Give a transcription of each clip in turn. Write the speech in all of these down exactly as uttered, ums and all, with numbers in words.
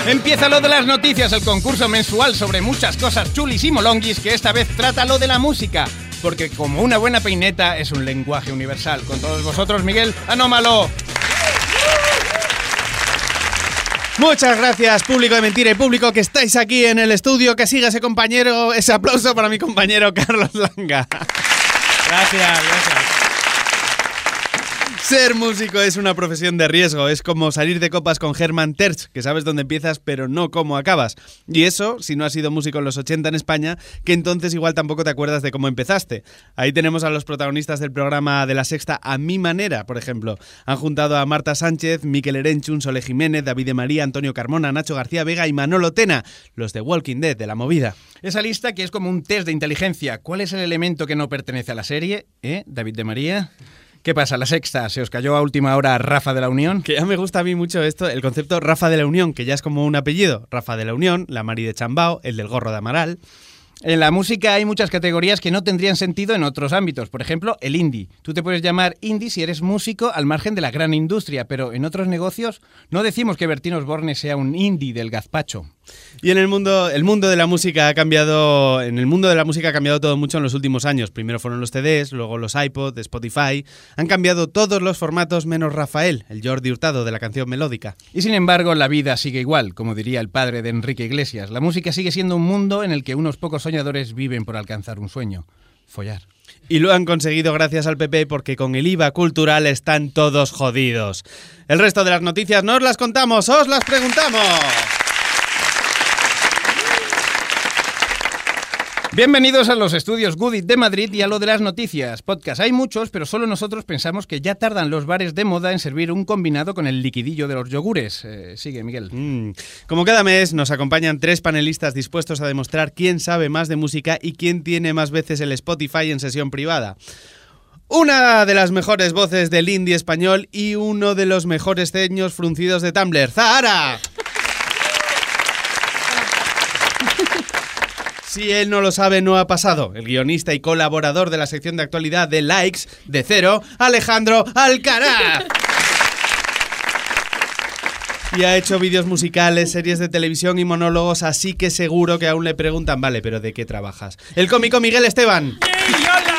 Empieza lo de las noticias, el concurso mensual sobre muchas cosas chulis y molonguis que esta vez trata lo de la música. Porque como una buena peineta es un lenguaje universal. Con todos vosotros, Miguel Anómalo. Muchas gracias, público de mentira y público que estáis aquí en el estudio. Que siga ese compañero, ese aplauso para mi compañero Carlos Langa. Gracias, gracias. Ser músico es una profesión de riesgo, es como salir de copas con Hermann Tertsch, que sabes dónde empiezas pero no cómo acabas. Y eso, si no has sido músico en los ochenta en España, que entonces igual tampoco te acuerdas de cómo empezaste. Ahí tenemos a los protagonistas del programa de La Sexta a mi manera, por ejemplo. Han juntado a Marta Sánchez, Mikel Erenchun, Sole Jiménez, David de María, Antonio Carmona, Nacho García Vega y Manolo Tena, los de Walking Dead, de La Movida. Esa lista que es como un test de inteligencia. ¿Cuál es el elemento que no pertenece a la serie? ¿Eh, David de María? ¿Qué pasa? La Sexta, ¿se os cayó a última hora Rafa de la Unión? Que ya me gusta a mí mucho esto, el concepto Rafa de la Unión, que ya es como un apellido. Rafa de la Unión, la Mari de Chambao, el del gorro de Amaral. En la música hay muchas categorías que no tendrían sentido en otros ámbitos. Por ejemplo, el indie. Tú te puedes llamar indie si eres músico al margen de la gran industria, pero en otros negocios no decimos que Bertín Osborne sea un indie del gazpacho. Y en el mundo, el mundo de la música ha cambiado, en el mundo de la música ha cambiado todo mucho en los últimos años. Primero fueron los C Ds, luego los iPod, Spotify. Han cambiado todos los formatos menos Rafael, el Jordi Hurtado de la canción melódica. Y sin embargo, la vida sigue igual, como diría el padre de Enrique Iglesias. La música sigue siendo un mundo en el que unos pocos soñadores viven por alcanzar un sueño: follar. Y lo han conseguido gracias al P P porque con el I V A cultural están todos jodidos. El resto de las noticias no os las contamos, os las preguntamos. Bienvenidos a los estudios Goodit de Madrid y a lo de las noticias. Podcast hay muchos, pero solo nosotros pensamos que ya tardan los bares de moda en servir un combinado con el liquidillo de los yogures. Eh, sigue, Miguel. Mm. Como cada mes nos acompañan tres panelistas dispuestos a demostrar quién sabe más de música y quién tiene más veces el Spotify en sesión privada. Una de las mejores voces del indie español y uno de los mejores ceños fruncidos de Tumblr, ¡Zahara! Si él no lo sabe, no ha pasado. El guionista y colaborador de la sección de actualidad de Likes de Cero, Alejandro Alcaraz. Y ha hecho vídeos musicales, series de televisión y monólogos, así que seguro que aún le preguntan, vale, pero ¿de qué trabajas? El cómico Miguel Esteban. ¡Ey, hola!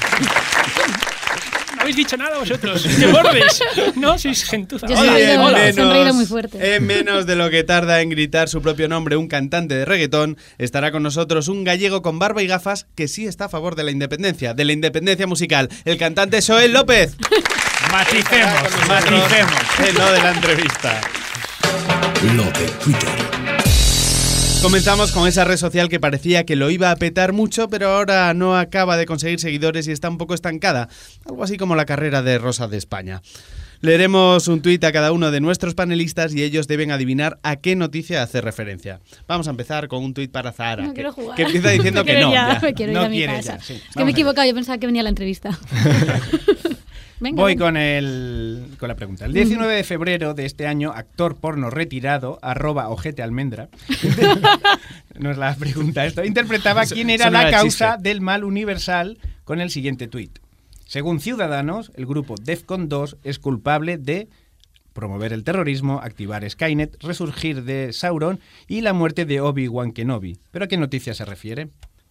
No habéis dicho nada vosotros. ¡Qué bordes! No, sois gentuza. Yo he sonreído muy fuerte. En menos de lo que tarda en gritar su propio nombre un cantante de reggaetón, estará con nosotros un gallego con barba y gafas que sí está a favor de la independencia, de la independencia musical, el cantante Soel López. Maticemos, maticemos. El no de la entrevista. Lo de Twitter. Comenzamos con esa red social que parecía que lo iba a petar mucho, pero ahora no acaba de conseguir seguidores y está un poco estancada. Algo así como la carrera de Rosa de España. Leeremos un tuit a cada uno de nuestros panelistas y ellos deben adivinar a qué noticia hace referencia. Vamos a empezar con un tuit para Zahara, no que, jugar. que empieza diciendo que no. Ya, Ya. Me quiero no ir a mi quiere casa. ya, sí. Es que me he equivocado, yo pensaba que venía la entrevista. Venga, Voy venga. con, el, con la pregunta. El diecinueve de febrero de este año, actor porno retirado, arroba ojete almendra, no es la pregunta esto, interpretaba quién era la causa del mal universal con el siguiente tuit. Según Ciudadanos, el grupo Defcon dos es culpable de promover el terrorismo, activar Skynet, resurgir de Sauron y la muerte de Obi-Wan Kenobi. ¿Pero a qué noticia se refiere?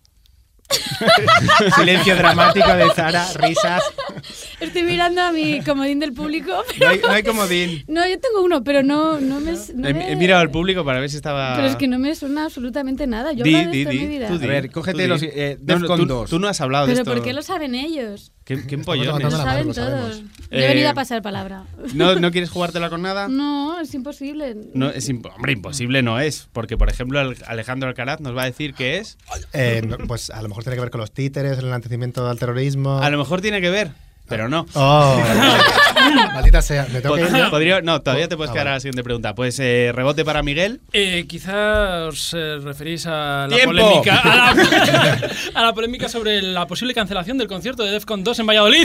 Silencio dramático de Zahara, risas. Estoy mirando a mi comodín del público. Pero... No hay, no hay comodín. No, yo tengo uno, pero no, no me... No He, me... he mirado al público para ver si estaba... Pero es que no me suena absolutamente nada. Yo Di, hablo de di, esto di, en mi vida. tú di. A ver, cógete Tú los di. eh, No, no, Defcon tú, dos. tú no has hablado de ¿Pero esto. por qué lo saben ellos? ¿Qué, qué empollones? Lo Tomando la saben mano, lo todos. sabemos. Yo he Eh, venido a pasar palabra. ¿No, ¿No quieres jugártela con nada? No, es imposible. No, es imp- hombre, imposible no es, porque por ejemplo el- Alejandro Alcaraz nos va a decir que es... Eh, no, pues a lo mejor tiene que ver con los títeres, el enaltecimiento al terrorismo. A lo mejor tiene que ver, pero no. Oh, maldita sea. ¿Me tengo que ir Pod- ya? podría- no, todavía te puedes Ah, quedar a vale. la siguiente pregunta. Pues eh, rebote para Miguel. Eh, quizá os eh, referís a la ¡Tiempo! polémica a la, a la polémica sobre la posible cancelación del concierto de Defcon dos en Valladolid.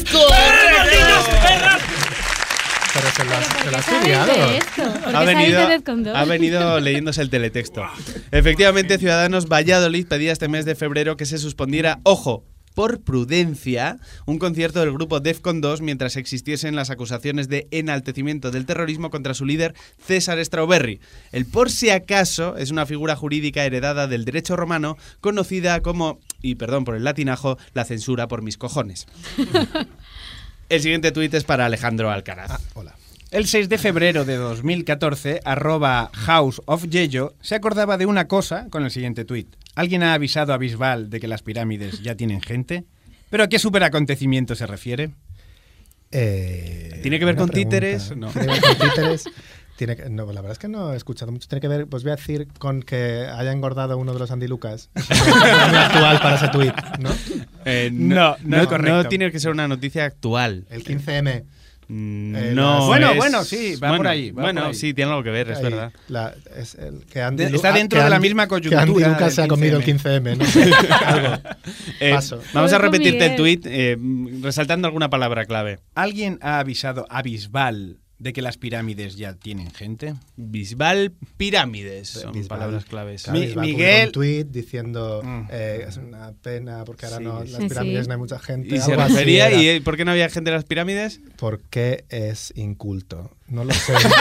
Pero se lo has, ¿Por se lo qué has sabéis estudiado. de esto? ¿Por Ha qué sabéis venido, de Defcon dos? ha venido leyéndose el teletexto. Efectivamente, Ciudadanos Valladolid pedía este mes de febrero que se suspendiera, ojo, por prudencia, un concierto del grupo Defcon dos mientras existiesen las acusaciones de enaltecimiento del terrorismo contra su líder César Strawberry. El por si acaso es una figura jurídica heredada del derecho romano conocida como, y perdón por el latinajo, la censura por mis cojones. El siguiente tuit es para Alejandro Alcaraz. Ah, hola. El seis de febrero de dos mil catorce, arroba House of Yeyo se acordaba de una cosa con el siguiente tuit. ¿Alguien ha avisado a Bisbal de que las pirámides ya tienen gente? ¿Pero a qué superacontecimiento se refiere? Eh, ¿Tiene que ver con pregunta. títeres? No. ¿Tiene que ver con títeres? Tiene que, no, la verdad es que no he escuchado mucho. Tiene que ver, pues voy a decir, con que haya engordado uno de los Andy Lucas. Es muy actual para ese tuit, ¿no? Eh, No, no es correcto. No tiene que ser una noticia actual. El quince eme. Mm, Eh, no. las- Bueno, es- bueno, sí, va bueno, por ahí, va bueno, por ahí. sí, tiene algo que ver, es Ahí, verdad. la- es el, que Andy De- Lu- está ah, dentro que de la Andy- misma Que Andy coyuntura Lucas se ha del comido el quince eme. quince eme, no sé. Algo. Eh, Paso. Vamos a Joder, repetirte el Miguel. tuit eh, resaltando alguna palabra clave. ¿Alguien ha avisado a Bisbal de que las pirámides ya tienen gente? Bisbal pirámides son Bisbal. palabras claves. Claro, Mi- Bisbal publicó Miguel- un tuit diciendo Mm. eh, es una pena porque ahora Sí. no, las Sí, pirámides sí. no hay mucha gente. ¿Y se algo así refería? era. ¿Y eh, por qué no había gente en las pirámides? Porque es inculto. No lo sé. No, lo sé.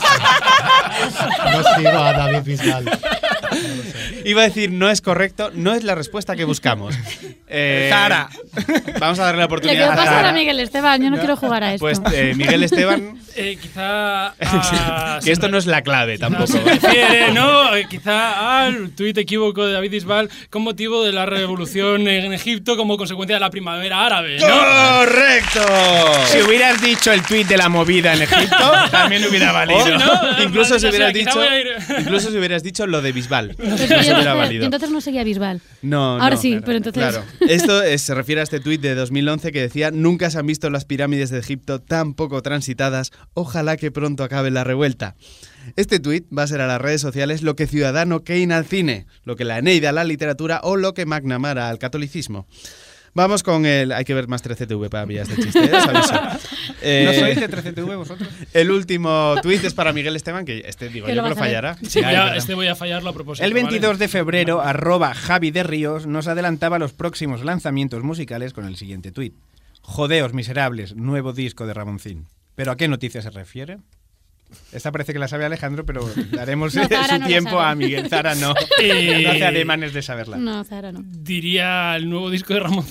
No sigo a David Bisbal. No lo sé. Iba a decir, no es correcto, no es la respuesta que buscamos. Eh, Zara. Vamos a darle la Le oportunidad quiero a pasar Zara. a Miguel Esteban, yo no, quiero jugar a esto. Pues eh, Miguel Esteban, Eh, quizá. a- que esto no es la clave quizá tampoco. se refiere, ¿no? Eh, Quizá al tuit equívoco de David Bisbal con motivo de la revolución en Egipto como consecuencia de la primavera árabe, ¿no? ¡Correcto! Si hubieras dicho el tuit de la movida en Egipto, también hubiera valido. O, ¿no? incluso, si Maldita hubieras sea, quizá dicho, voy a ir. incluso si hubieras dicho lo de Bisbal. Pues No yo se hubiera entonces, valido. yo entonces no seguía Bisbal. No, Ahora no, sí, claro, pero entonces... Claro. Esto es- se refiere a este tuit de dos mil once que decía: nunca se han visto las pirámides de Egipto tan poco transitadas, ojalá que pronto acabe la revuelta. Este tuit va a ser a las redes sociales lo que Ciudadano Kane al cine, lo que la Eneida a la literatura o lo que McNamara al catolicismo. Vamos con el... Hay que ver más trece T V para pillar este chiste, ¿eh? Os aviso. Eh, ¿No sois de trece T V vosotros? El último tuit es para Miguel Esteban, que este digo Que yo lo que lo vas a ver. fallará. Sí, Ya, voy a- es verdad. este voy a fallarlo a propósito. El veintidós ¿vale? de febrero, arroba Javi de Ríos nos adelantaba los próximos lanzamientos musicales con el siguiente tuit. Jodeos miserables, nuevo disco de Ramoncín. ¿Pero a qué noticia se refiere? Esta parece que la sabe Alejandro, pero daremos No, Zara su no la tiempo sabe. a Miguel. Zara no. Eh, No hace ademanes de saberla. No, Zara no. Diría el nuevo disco de Ramón.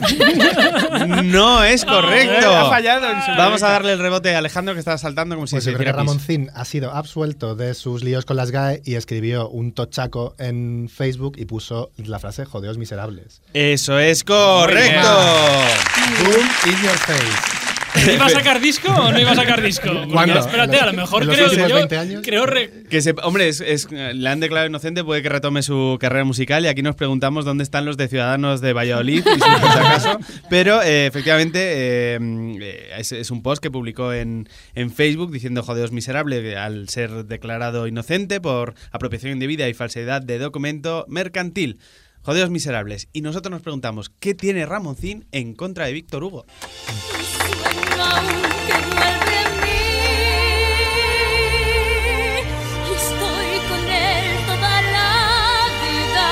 No es correcto. Ha fallado en su Vamos a darle el rebote a Alejandro, que está saltando como si Pues se yo creo que hiciera pis. Ramoncín ha sido absuelto de sus líos con las G A E y escribió un tochaco en Facebook y puso la frase jodeos miserables. Eso es correcto. Boom in your face. ¿Iba a sacar disco o no iba a sacar disco? Porque, ¿Cuándo? espérate, a lo mejor ¿En los creo últimos yo, veinte años? creo re- Que se, hombre, es, es- le han declarado inocente, puede que retome su carrera musical y aquí nos preguntamos dónde están los de Ciudadanos de Valladolid, y si por si acaso. Pero eh, efectivamente eh, eh, es, es un post que publicó en, en Facebook diciendo jodeos miserable al ser declarado inocente por apropiación indebida y falsedad de documento mercantil. Jodeos miserables. Y nosotros nos preguntamos, ¿qué tiene Ramoncín en contra de Víctor Hugo? Sueño aún que vuelve a mí y estoy con él toda la vida.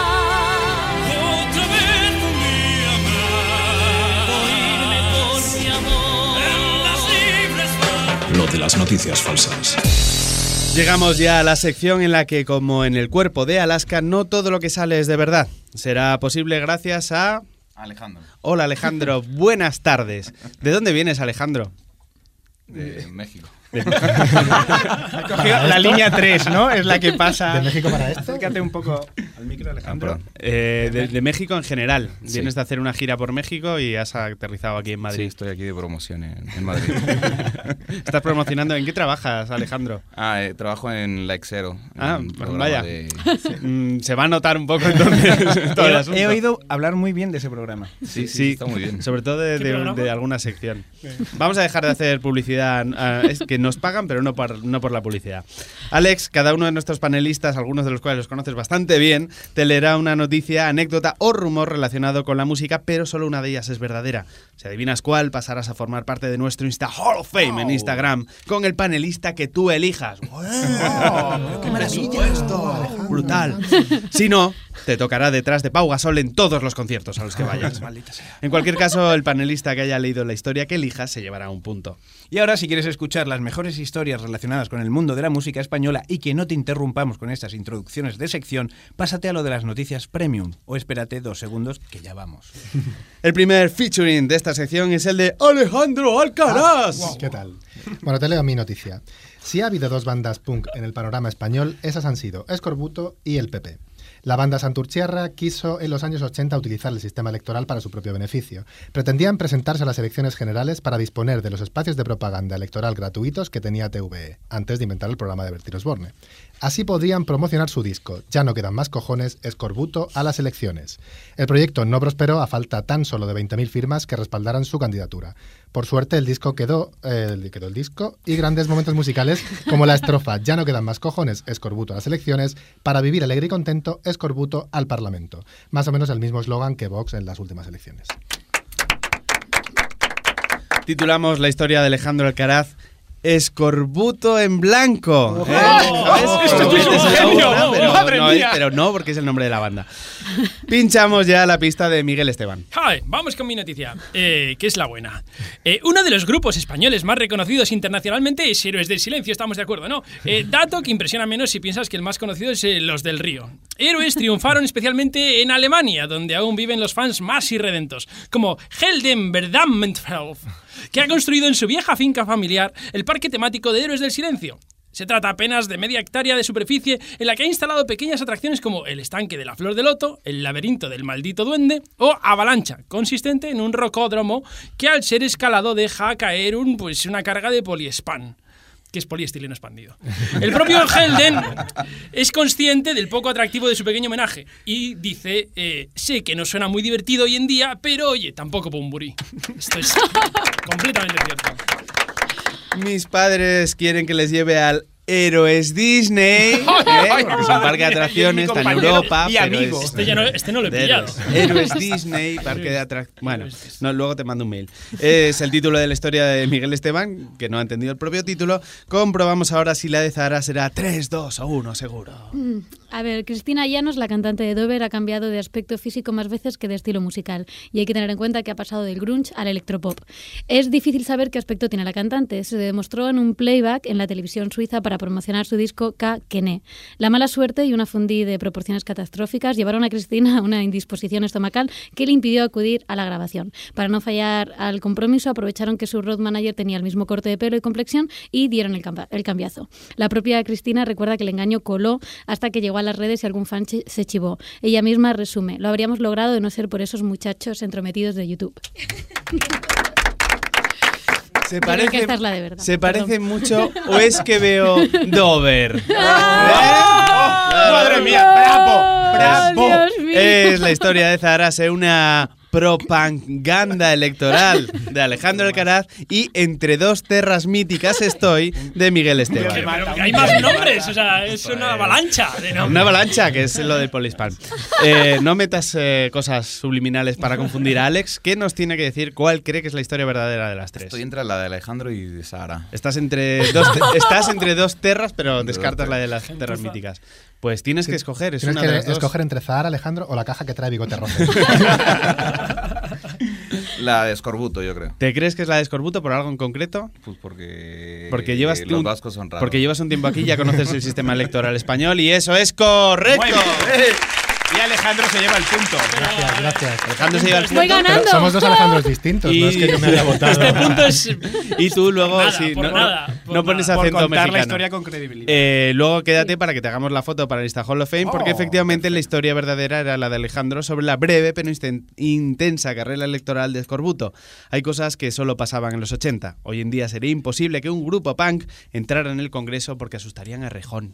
Otra vez un día más, oírme con mi amor en las libres. Lo de las noticias falsas. Llegamos ya a la sección en la que, como en el cuerpo de Alaska, no todo lo que sale es de verdad. Será posible gracias a... Alejandro, Hola Alejandro, buenas tardes. ¿De dónde vienes, Alejandro? de México. Ha cogido la línea tres, ¿no? Es la que pasa. ¿De México para esto? Acércate un poco al micro, Alejandro. Ah, perdón. Eh, de, de México en general. Sí. Vienes de hacer una gira por México y has aterrizado aquí en Sí, Madrid. estoy aquí de promoción en, en Madrid. Estás promocionando. ¿En qué trabajas, Alejandro? Ah, eh, trabajo en Like Zero. Ah, un programa vaya. de- Mm, se va a notar un poco entonces todo el He, asunto. he oído hablar muy bien de ese programa. Sí, sí, está muy bien. Sobre todo de, ¿Qué de- programa? de alguna sección. Vamos a dejar de hacer publicidad. ah, es que nos pagan, pero no por, no por la publicidad. Alex, cada uno de nuestros panelistas, algunos de los cuales los conoces bastante bien, te leerá una noticia, anécdota o rumor relacionado con la música, pero solo una de ellas es verdadera. Si adivinas cuál, pasarás a formar parte de nuestro Insta Hall of Fame en Instagram con el panelista que tú elijas. ¡Wow! ¡Qué maravilla esto! ¡Brutal! Si no, te tocará detrás de Pau Gasol en todos los conciertos a los que vayas. En cualquier caso, el panelista que haya leído la historia que elijas se llevará un punto. Y ahora, si quieres escuchar las mejores historias relacionadas con el mundo de la música española y que no te interrumpamos con estas introducciones de sección, pásate a lo de las noticias premium o espérate dos segundos que ya vamos. El primer featuring de esta sección es el de Alejandro Alcaraz. Ah, ¿qué tal? Bueno, te leo mi noticia. Si ha habido dos bandas punk en el panorama español, esas han sido Escorbuto y el P P. La banda Santurchiarra quiso en los años ochenta utilizar el sistema electoral para su propio beneficio. Pretendían presentarse a las elecciones generales para disponer de los espacios de propaganda electoral gratuitos que tenía T V E, antes de inventar el programa de Bertín Osborne. Así podrían promocionar su disco, Ya no quedan más cojones, Escorbuto a las elecciones. El proyecto no prosperó a falta tan solo de veinte mil firmas que respaldaran su candidatura. Por suerte el disco quedó, eh, quedó el disco y grandes momentos musicales como la estrofa Ya no quedan más cojones, Escorbuto a las elecciones, para vivir alegre y contento, Escorbuto al Parlamento. Más o menos el mismo eslogan que Vox en las últimas elecciones. Titulamos la historia de Alejandro Alcaraz Escorbuto en blanco. ¿eh? ¡Oh! ¿Sabes? ¡Esto es un Metes en la genio! boca, pero ¡Madre no es- mía! pero no, porque es el nombre de la banda. Pinchamos ya la pista de Miguel Esteban. Hi, vamos con mi noticia, eh, que es la buena. Eh, uno de los grupos españoles más reconocidos internacionalmente es Héroes del Silencio, estamos de acuerdo, ¿no? Eh, dato que impresiona menos si piensas que el más conocido es eh, Los del Río. Héroes triunfaron especialmente en Alemania, donde aún viven los fans más irredentos, como Helden Verdammentfeld, que ha construido en su vieja finca familiar el parque temático de Héroes del Silencio. Se trata apenas de media hectárea de superficie en la que ha instalado pequeñas atracciones como el estanque de la flor de loto, el laberinto del maldito duende o Avalancha, consistente en un rocódromo que al ser escalado deja caer un, pues, una carga de poliespan, que es poliestileno expandido. El propio Helden es consciente del poco atractivo de su pequeño homenaje y dice, eh, sé que no suena muy divertido hoy en día, pero oye, tampoco Bumburi. Esto es completamente cierto. Mis padres quieren que les lleve al Héroes Disney, ¿eh? Porque es un parque de atracciones, está en compañero Europa, y pero amigo. es Este, ya no, este no lo he de pillado. Héroes. Héroes Disney, parque de atracciones. Bueno, no, luego te mando un mail. Es el título de la historia de Miguel Esteban, que no ha entendido el propio título. Comprobamos ahora si la de Zahara será tres, dos o uno, seguro. Mm, A ver, Cristina Llanos, la cantante de Dover, ha cambiado de aspecto físico más veces que de estilo musical. Y hay que tener en cuenta que ha pasado del grunge al electropop. Es difícil saber qué aspecto tiene la cantante. Se demostró en un playback en la televisión suiza para promocionar su disco K. Kené. La mala suerte y una fundí de proporciones catastróficas llevaron a Cristina a una indisposición estomacal que le impidió acudir a la grabación. Para no fallar al compromiso, aprovecharon que su road manager tenía el mismo corte de pelo y complexión y dieron el, camba- el cambiazo. La propia Cristina recuerda que el engaño coló hasta que llegó a las redes y algún fan ch- se chivó. Ella misma resume: lo habríamos logrado de no ser por esos muchachos entrometidos de YouTube. Se Yo creo parece, que esta es la de verdad. se Perdón. parece mucho o es que veo Dover. ¿Eh? ¡Madre mía! ¡Bravo! ¡Bravo! Dios mío. Es la historia de Zahara, es una propaganda electoral de Alejandro Alcaraz y Entre dos terras míticas estoy de Miguel Esteban. Que- pero que hay más nombres, o sea, es una avalancha de nombres. Una avalancha, que es lo del Polispam. Eh, no metas eh, cosas subliminales para confundir a Alex. ¿Qué nos tiene que decir cuál cree que es la historia verdadera de las tres? Estoy entre la de Alejandro y de Sahara. Estás entre dos, te- estás entre dos terras, pero descartas dos la de las terras míticas. Pues tienes que escoger, es Tienes una que de las dos. escoger entre Zahara, Alejandro o la caja que trae bigote rojo. La de Escorbuto, yo creo. ¿Te crees que es la de Escorbuto por algo en concreto? Pues porque, Porque llevas los un- vascos son raros. Porque llevas un tiempo aquí y ya conoces el sistema electoral español y eso es correcto. Muy bien. Y Alejandro se lleva el punto. Gracias, gracias. Alejandro se lleva el Voy punto. ganando. Pero somos dos Alejandros distintos, Y- no es que yo me haya votado. Este punto es... Y tú luego Nada, sí, por no, nada, no- por no pones nada. Por acento contar mexicano. la historia con credibilidad. Eh, luego quédate para que te hagamos la foto para el Insta Hall of Fame, porque Oh, efectivamente la historia verdadera era la de Alejandro sobre la breve pero insten- intensa carrera electoral de Escorbuto. Hay cosas que solo pasaban en los ochenta. Hoy en día sería imposible que un grupo punk entrara en el Congreso porque asustarían a Rejón.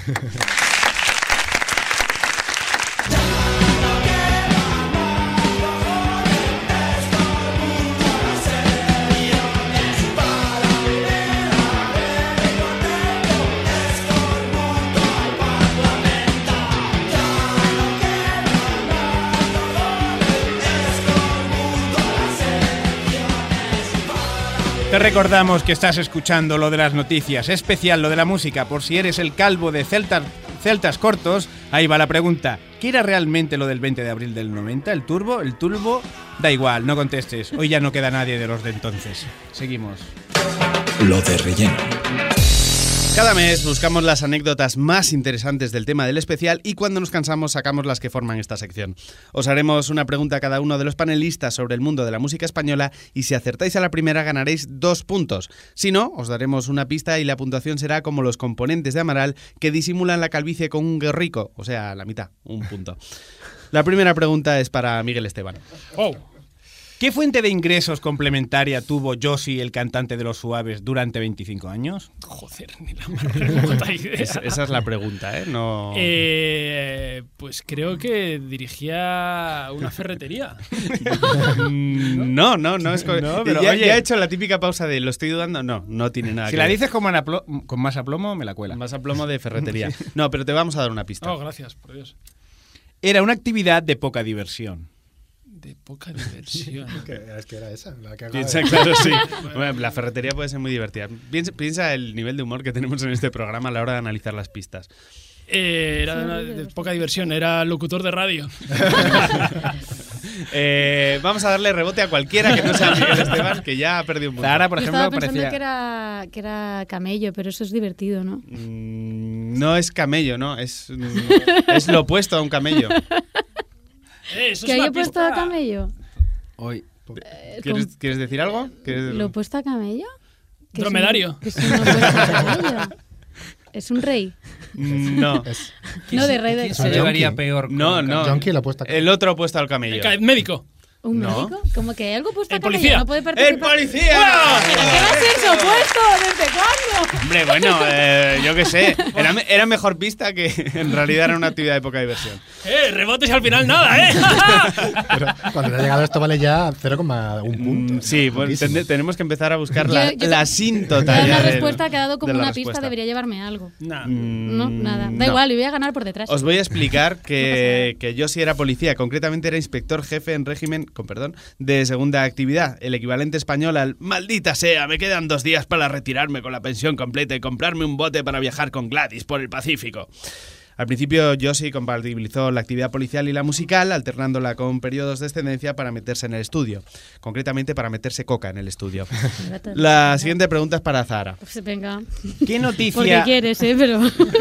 Te recordamos que estás escuchando lo de las noticias, especial lo de la música, por si eres el calvo de Celtas, Celtas Cortos. Ahí va la pregunta. ¿Qué era realmente lo del veinte de abril del noventa? ¿El turbo? ¿El turbo? Da igual, no contestes. Hoy ya no queda nadie de los de entonces. Seguimos. Lo de relleno. Cada mes buscamos las anécdotas más interesantes del tema del especial y cuando nos cansamos sacamos las que forman esta sección. Os haremos una pregunta a cada uno de los panelistas sobre el mundo de la música española y si acertáis a la primera ganaréis dos puntos. Si no, os daremos una pista y la puntuación será como los componentes de Amaral que disimulan la calvicie con un gorrico, o sea, la mitad, un punto. La primera pregunta es para Miguel Esteban. Oh. ¿Qué fuente de ingresos complementaria tuvo Josi, el cantante de Los Suaves, durante veinticinco años? Joder, ni la más remota idea. Es, esa es la pregunta, ¿eh? No... Eh, pues creo que dirigía una ferretería. No, no, no es co- No, pero ya, oye. ya he hecho la típica pausa de lo estoy dudando. No, no tiene nada Si que la ver. dices con, manaplo- con más aplomo, me la cuela. Más aplomo de ferretería. No, pero te vamos a dar una pista. Oh, gracias, por Dios. Era una actividad de poca diversión. De poca diversión. Que- Es que era esa, la que acaba Piensa, de... claro, sí. Bueno, la ferretería puede ser muy divertida. Piensa, piensa el nivel de humor que tenemos en este programa a la hora de analizar las pistas. Eh, era de, una- de poca diversión, era locutor de radio. Eh, vamos a darle rebote a cualquiera que no sea Miguel Esteban, que ya ha perdido un punto. Zahara, por Yo ejemplo, estaba pensando parecía... que era, que era camello, pero eso es divertido, ¿no? Mm, no es camello, ¿no? Es, mm, es lo opuesto a un camello. Eh, eso ¿Que es hay una opuesto pista. a camello? Hoy. Eh, ¿Quieres, con- ¿quieres decir algo? ¿Quieres- ¿Lo opuesto a camello? ¿Que es un- Dromedario. que es un opuesto a camello? Es un rey. Mm, No. Es, No, de rey de... un Se llevaría yonki. peor. con No, el no. Yonki lo ha puesto aquí. El otro opuesto al camello. Ca- Médico. ¿Un No. médico? ¿Cómo que hay algo puesto El a camello? policía. No puede ¡El participar. policía! ¿Qué va a ser su opuesto? ¿Desde cuándo? Hombre, bueno, eh, yo qué sé. Era, me- era mejor pista que en realidad era una actividad de poca diversión. Eh, rebotes y al final nada, ¿eh? Pero cuando te ha llegado esto vale ya cero coma uno punto. Mm, Sí, pues Poquísimo. tende- tenemos que empezar a buscar la, Yo- yo- la asíntota. Cada ya una del- respuesta ha quedado como de la una pista, respuesta. debería llevarme algo. Nah. Mm, No, nada. Da no. igual, y voy a ganar por detrás. Os voy a explicar que, que yo sí era policía, concretamente era inspector jefe en régimen, con perdón, de segunda actividad, el equivalente español al maldita sea, me quedan dos días para retirarme con la pensión completa y comprarme un bote para viajar con Gladys por el Pacífico. Al principio Josi compatibilizó la actividad policial y la musical, alternándola con periodos de excedencia para meterse en el estudio, concretamente para meterse coca en el estudio. La siguiente pregunta es para Zahara. Pues venga. ¿Qué Porque noticia... quieres, ¿eh? Pero...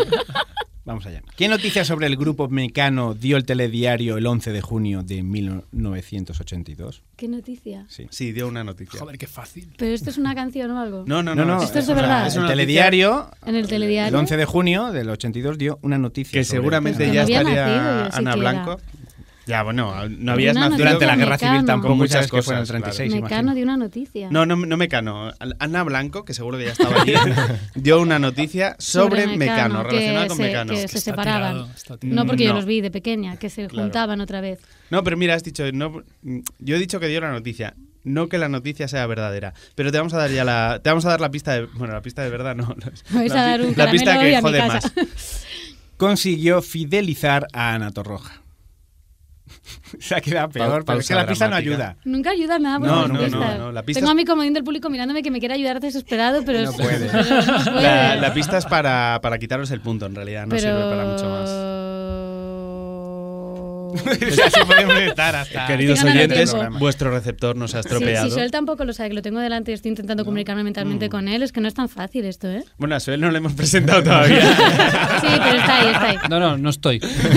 Vamos allá. ¿Qué noticia sobre el grupo Mecano dio el telediario el once de junio de mil novecientos ochenta y dos? ¿Qué noticia? Sí. Sí, dio una noticia. Joder, qué fácil. ¿Pero esto es una canción o algo? No, no, No, no. no, Esto es de o sea, verdad. es el una noticia telediario, En el telediario. el once de junio del ochenta y dos, dio una noticia que sobre- seguramente Pues que ya no había estaría nacido yo Ana siquiera. Blanco. Ya, bueno, no habías Una nacido noticia durante la Guerra Mecano. Civil tampoco, Con muchas muchas que fue en el cosas, treinta y seis, Mecano imagino. de una noticia. No, no, no Mecano. Ana Blanco, que seguro que ya estaba allí, dio una noticia sobre, Sobre Mecano, Mecano, relacionada que con se- Mecano. que se Está separaban. tirado, está tirado. No, porque yo No. los vi de pequeña, que se Claro. juntaban otra vez. No, pero mira, has dicho, no, yo he dicho que dio la noticia. No que la noticia sea verdadera, pero te vamos a dar ya la, te vamos a dar la pista de, bueno, la pista de verdad, no. Me vais la, a dar un la pista caramelo y que a mi jode casa. más. Consiguió fidelizar a Ana Torroja. Se ha quedado peor, Pa- pero es que pausa la pista no dramática. ayuda. Nunca ayuda nada por No, las no, pistas. no, no, la pista Tengo es- a mi comodín del público mirándome que me quiere ayudar desesperado, pero No es- puede. pero no puede. La, la pista es para, para quitaros el punto, en realidad, no pero... sirve para mucho más. Así podemos estar hasta... Queridos Estoy ganando oyentes, tiempo. vuestro receptor nos ha Sí, estropeado. si Joel tampoco lo sabe, que lo tengo delante y estoy intentando comunicarme mentalmente con él, es que no es tan fácil esto, ¿eh? Bueno, a Joel no le hemos presentado todavía. Sí, pero está ahí, está ahí. No, no, no estoy.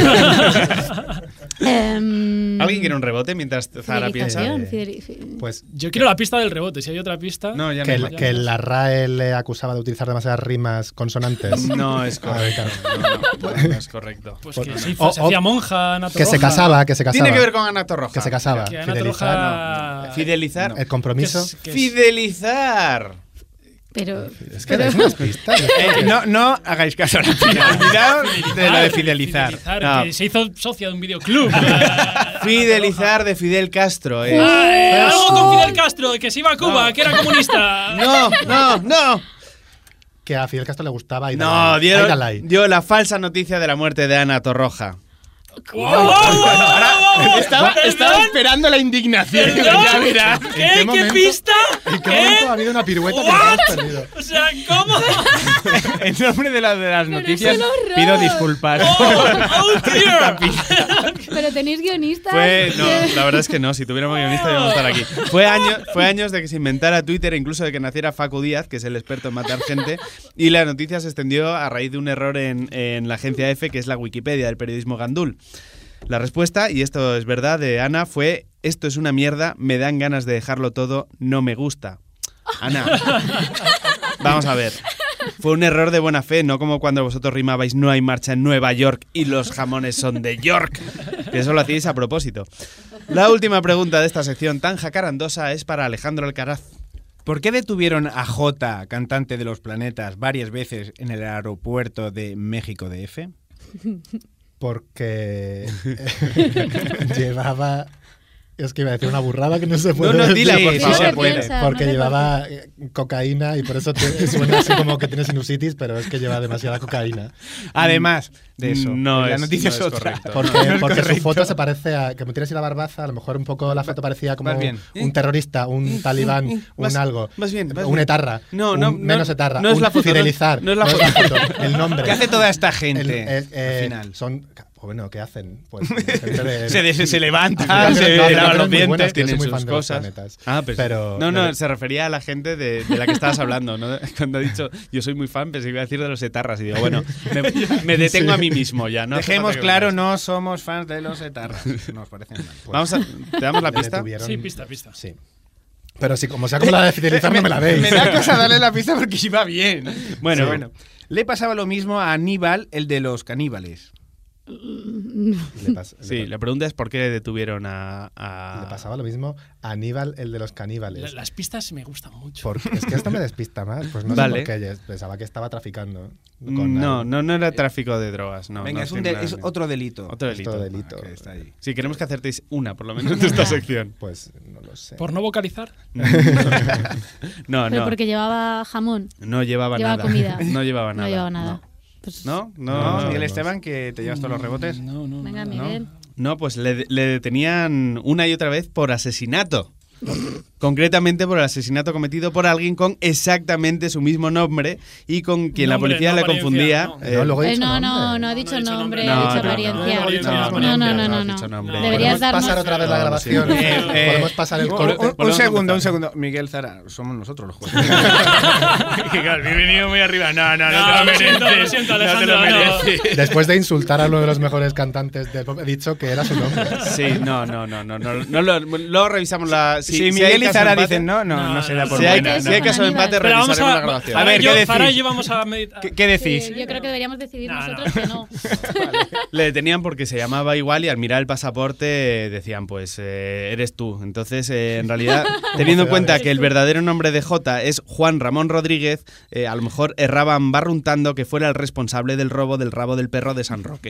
Em, ¿Alguien quiere un rebote mientras Zahara piensa? fidelización, fideli- fi- Pues Yo quiero la pista del rebote. Si hay otra pista. No, ya no que, hay el- más. que la R A E le acusaba de utilizar demasiadas rimas consonantes. No es correcto. No, no, no, no es correcto. Pues que se, O- se o- hacía monja, Ana que se Torroja. casaba, que se casaba. Tiene que ver con Ana Torroja. Que se casaba. Que Ana Fidelizar. Torroja. Fidelizar. El compromiso. Que es- que es- Fidelizar. Pero, Es que dais unas pistas. Eh, no, no hagáis caso a la pista. Olvidaos de lo de fidelizar. Fidelizar, No. que se hizo socia de un videoclub. Fidelizar de Fidel Castro. eh. Ay, algo con Fidel Castro, que se iba a Cuba, que era comunista. No, no, no. Que a Fidel Castro le gustaba Aida No, Lai. dio, Aida Lai. dio la falsa noticia de la muerte de Ana Torroja. Ahora, estaba, estaba esperando la indignación. ¿Perdón? Ya verás. ¿Qué? qué ¿Qué momento? pista? ¿En qué ¿Eh? momento ha habido una pirueta que What? te has perdido? O sea, ¿cómo? En nombre de, la, de las Pero noticias, es un horror. pido disculpas. ¡Oh, oh dear! Pero tenéis guionistas. Fue, no, que- la verdad es que no, si tuviéramos guionista íbamos a estar aquí. Fue años, fue años de que se inventara Twitter e incluso de que naciera Facu Díaz, que es el experto en matar gente, y la noticia se extendió a raíz de un error en, en la agencia F, que es la Wikipedia del periodismo gandul. La respuesta, y esto es verdad, de Ana fue: esto es una mierda, me dan ganas de dejarlo todo, no me gusta. Ana, vamos a ver. Fue un error de buena fe, no como cuando vosotros rimabais no hay marcha en Nueva York y los jamones son de York, que eso lo hacíais a propósito. La última pregunta de esta sección tan jacarandosa es para Alejandro Alcaraz. ¿Por qué detuvieron a Jota, cantante de Los Planetas, varias veces en el aeropuerto de México D F? Porque llevaba... Es que iba a decir una burrada que no se puede No, no, decir. dila, por Sí, favor. sí se puede. piensa, Porque no te llevaba eh, cocaína y por eso te, suena así como que tiene sinusitis, pero es que lleva demasiada cocaína. Además de eso, No la es- noticia no es es otra. correcto. Porque, No es porque su correcto. foto se parece a... Que me tiras y la barbaza, a lo mejor un poco la foto parecía como Vas bien. un terrorista, un talibán, Vas- un algo. vas bien, vas un bien. etarra. No, un no, no, menos etarra. no es un la foto, no- fidelizar. no es la foto. El nombre. ¿Qué hace toda esta El- gente eh, eh, al final? Son... Bueno, ¿qué hacen? Pues gente de- Se, de- se levanta, Aplicaciones- se no, lava aplicaciones los muy dientes. buenas, que yo soy tienen muy sus fan de los cosas. planetas. Ah, pues, Pero- no, no, pero- se refería a la gente de, de la que estabas hablando, ¿no? Cuando ha dicho yo soy muy fan, pensé que iba a decir de los etarras y digo, bueno, me, me detengo a mí mismo ya, ¿no? hace Dejemos falta que claro, vengáis. no somos fans de los etarras. Nos parecen mal. Pues, Vamos a, ¿te damos la le pista? detuvieron- Sí, pista, pista. Sí. Pero sí, como sea como la de fidelizar, no me la veis. Me da cosa darle la pista porque iba bien. Bueno, Sí. bueno. Le pasaba lo mismo a Aníbal, el de los caníbales. Le, pas- le Sí, pa- la pregunta es por qué detuvieron a... a- le pasaba lo mismo a Aníbal, el de los caníbales. La- Las pistas me gustan mucho. Porque es que esto me despista más. Pues no Vale. sé por qué. Yo pensaba que estaba traficando. Mm, con No, algo. no, no era tráfico de drogas, no. Venga, no es, un tiene de- nada es que- otro delito. Otro delito. Otro delito. Ah, que está ahí. Sí, queremos que acertéis una, por lo menos, de esta sección. Pues no lo sé. ¿Por no vocalizar? No, Pero no. porque llevaba jamón. No llevaba Llevaba nada. comida. No llevaba No nada. llevaba nada. Pues, ¿No? No, No, no, Miguel no. Esteban, que te llevas todos los rebotes. No, no. Venga, no. Miguel. No, pues le, le detenían una y otra vez por asesinato. Concretamente por el asesinato cometido por alguien con exactamente su mismo nombre y con quien la Nombre, policía no le apariencia, confundía. no. eh, No, luego he Eh, dicho no, no, nombre. no ha dicho No, no he dicho nombre, nombre. ha No, dicho no, no, apariencia. no, no, no, no, No, no, no, no no, has no. dicho nombre. Deberías ¿Podemos darnos... pasar otra vez la No, lo grabación? siento. Eh, eh, Podemos pasar el Un, corte. un- un Volvemos a segundo, un empezar. segundo. Miguel Zara, somos nosotros los jueces. que claro, me he venido muy arriba. No, no, no, No, te lo lo siento, mereces. lo siento, No te lo Alejandro, no. mereces. Después de insultar a uno de los mejores cantantes del pop, he dicho que era su nombre. Sí, no, no, no, no, no, no lo- luego revisamos la. Si, Si, si hay Miguel y caso Zara de empate- dicen no, no, no, No, se da no, por Si hay, buena. si hay no. caso de empate, Pero vamos revisaremos a. la grabación. A ver, ¿qué yo, decís? Zara y yo vamos a meditar. ¿Qué, qué decís? Sí, yo creo que deberíamos decidir No, no. nosotros que no. Le detenían porque se llamaba igual y al mirar el pasaporte eh, decían, pues eh, eres tú. Entonces, eh, en realidad, teniendo en cuenta que el verdadero nombre de Jota es Juan Ramón Rodríguez, eh, a lo mejor erraban barruntando que fuera el responsable del robo del rabo del perro de San Roque.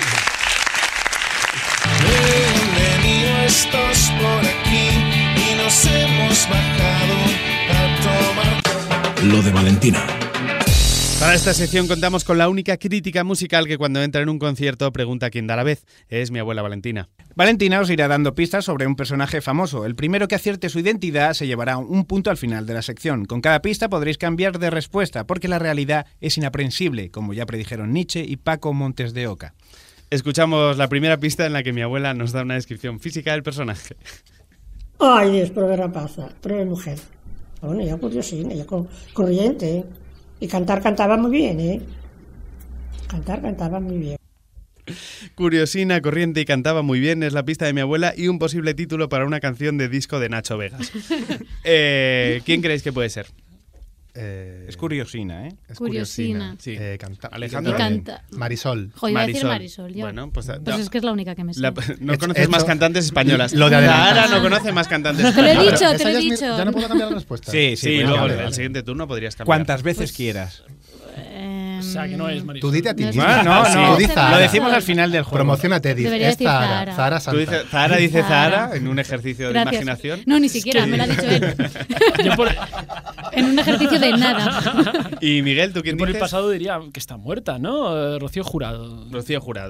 Bienvenidos por aquí y nos hemos bajado a tomar. Lo de Valentina. Para esta sección contamos con la única crítica musical que cuando entra en un concierto pregunta quién da la vez. Es mi abuela Valentina. Valentina os irá dando pistas sobre un personaje famoso. El primero que acierte su identidad se llevará un punto al final de la sección. Con cada pista podréis cambiar de respuesta, porque la realidad es inaprensible, como ya predijeron Nietzsche y Paco Montes de Oca. Escuchamos la primera pista en la que mi abuela nos da una descripción física del personaje. Ay, Dios, pero qué rapaza, pero es mujer. Bueno, ella curiosina, ella co- corriente. Y cantar, cantaba muy bien, ¿eh? Cantar, cantaba muy bien. Curiosina, corriente y cantaba muy bien es la pista de mi abuela y un posible título para una canción de disco de Nacho Vegas. Eh, ¿Quién creéis que puede ser? Eh, Es curiosina, ¿eh? es Curiosina. Sí. Eh, canta- Alejandro. Y canta. Marisol. Jo, iba a decir Marisol. Yo. Bueno, pues, Pues no, es que es la única que me sé. la- no Hecho- conoces más hecho- cantantes españolas. Lo de adelantar. Zahara no conoce más cantantes Te lo he españolas. dicho, Esa te lo he ya es mi- dicho. Ya no puedo cambiar la respuesta. Sí, Sí, pues luego vale, en el vale. siguiente turno podrías cambiar. Cuantas veces quieras. Eh, O sea, que no es Marisol. Tú dite a ti No es- mismo. Ah, no, Sí, no. tú di Zahara. Lo decimos al final del juego. Promocionate, dice. Debería Es decir Zahara. Zahara. Zahara Tú Santa. dices- Zahara dice Zahara. Zahara en un ejercicio de Gracias. imaginación. No, ni siquiera, me lo ha dicho él. Yo por, En un ejercicio de nada. Y Miguel, ¿tú yo quién por el dices? pasado diría que está muerta, ¿no? Eh, Rocío Jurado. Rocío Jurado.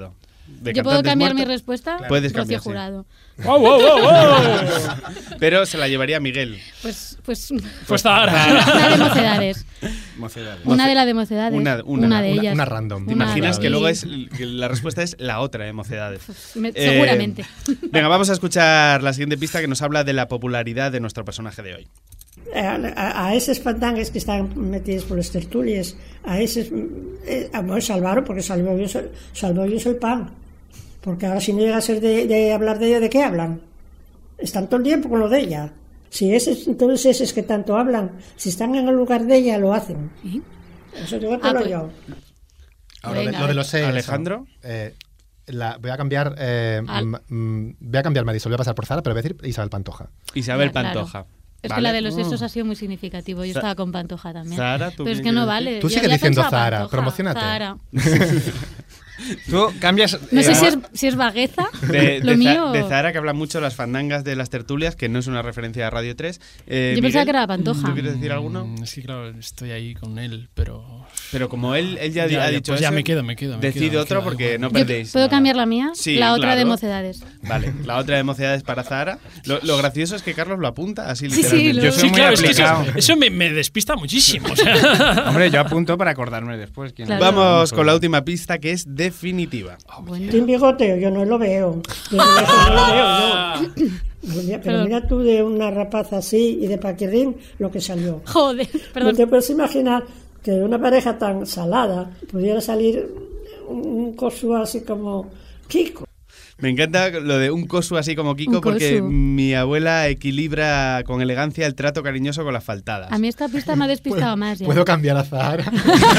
de ¿Yo puedo cantantes cambiar mi muertos. respuesta? Claro. Puedes Rocío cambiar, sí. Jurado. ¡Wow, wow, wow, wow! Pero se la llevaría Miguel. Pues, pues, Pues ahora. una de Mocedades. Mocedades. Una de la de Mocedades. Una, una, de una- ellas. una random. ¿Te Una imaginas de- que luego y- es que la respuesta es la otra de Mocedades? Me- Eh, seguramente. Venga, vamos a escuchar la siguiente pista que nos habla de la popularidad de nuestro personaje de hoy. A, a, a esos fandangues que están metidos por las tertulias, a esos eh, a, bueno, salvaron porque salvó Dios, el- salvó Dios el pan. Porque ahora si no llega a ser de, de hablar de ella, ¿de qué hablan? Están todo el tiempo con lo de ella. Si esos, todos esos que tanto hablan, si están en el lugar de ella, lo hacen. ¿Sí? Eso yo Ah, pues- yo. Ahora, Venga, lo de los E, Alejandro. eso. Eh, la, voy a cambiar. Eh, Al- m- m- voy a cambiar Marisol, voy a pasar por Zara, pero voy a decir Isabel Pantoja. Isabel Ya, claro. Pantoja. Es Vale. que la de los esos ha sido muy significativo. Yo Za- estaba con Pantoja también. Zara, ¿tú Pero es qué que no quieres vale. Tú Yo sigue ya diciendo pensaba Zara, Pantoja, promocionate. Zara. Tú cambias. No sé eh, si es, si es vagueza. De, lo de, mío. Za- de Zahara, que habla mucho las fandangas de las tertulias, que no es una referencia a Radio tres. Eh, Yo pensaba Miguel, que era Pantoja. ¿Tú quieres decir alguno? Mm, Sí, claro, estoy ahí con él, pero. Pero como él, él ya, Ya, ha ya, dicho pues ya eso, me quedo, me quedo, me decide quedo, me otro quedo, porque igual. no Yo- perdéis. ¿Puedo nada. cambiar la mía? Sí, la otra claro. de Mocedades. Vale, la otra de Mocedades para Zahara. Lo, lo gracioso es que Carlos lo apunta así Sí, sí, literalmente. lo- Yo soy Sí, muy claro, es que eso, aplicado. eso me, me despista muchísimo. O sea. Hombre, yo apunto para acordarme después. quién Claro. es. Vamos con la última pista que es definitiva. Bueno. Sin bigoteo, yo no lo veo. Desde lejos no lo veo yo. Pero mira- Pero mira tú de una rapaza así y de paquerín lo que salió. Joder, No perdón. te puedes imaginar que de una pareja tan salada pudiera salir un, un coso así como Kiko. Me encanta lo de un cosu así como Kiko Un porque cosu. mi abuela equilibra con elegancia el trato cariñoso con las faltadas. A mí esta pista me ha despistado más ya. ¿Puedo cambiar a Zahara?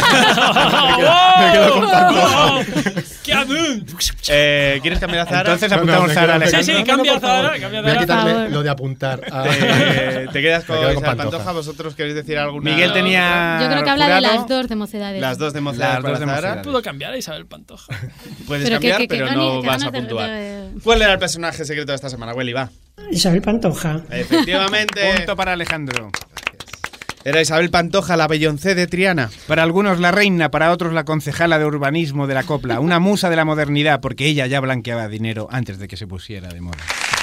me quedo con Pantoja. ¡Qué adun! Eh, ¿Quieres cambiar a Zahara? Entonces No, no, apuntamos me Zahara, quedo- me Sí, Alejandro. sí, No, no, cambia por favor. Zahara, cambia Voy a Zahara. quitarme favor. lo de apuntar. a- Eh, te quedas con Me quedo con Isabel Pantoja. Pantoja. ¿Vosotros queréis decir alguna? Miguel tenía. Yo creo que habla de jurado. las dos de Mocedades. Las dos de Mocedades Las para dos de Zahara. Mocedades. Puedo cambiar a Isabel Pantoja. Puedes Pero que- cambiar, que- que pero gane- no que vas a ganas de- puntuar. de- ¿Cuál era el personaje secreto de esta semana, Welly? Va. Isabel Pantoja. Efectivamente. Punto para Alejandro. Era Isabel Pantoja, la Beyoncé de Triana. Para algunos la reina, para otros la concejala de urbanismo de la copla, una musa de la modernidad, porque ella ya blanqueaba dinero antes de que se pusiera de moda.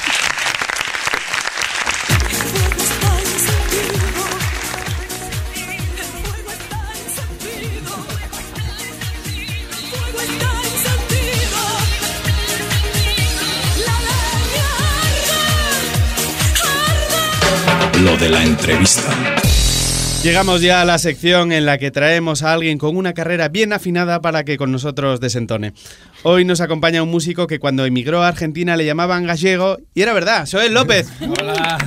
Lo de la entrevista. Llegamos ya a la sección en la que traemos a alguien con una carrera bien afinada para que con nosotros desentone. Hoy nos acompaña un músico que cuando emigró a Argentina le llamaban gallego, y era verdad, Joel López. Hola.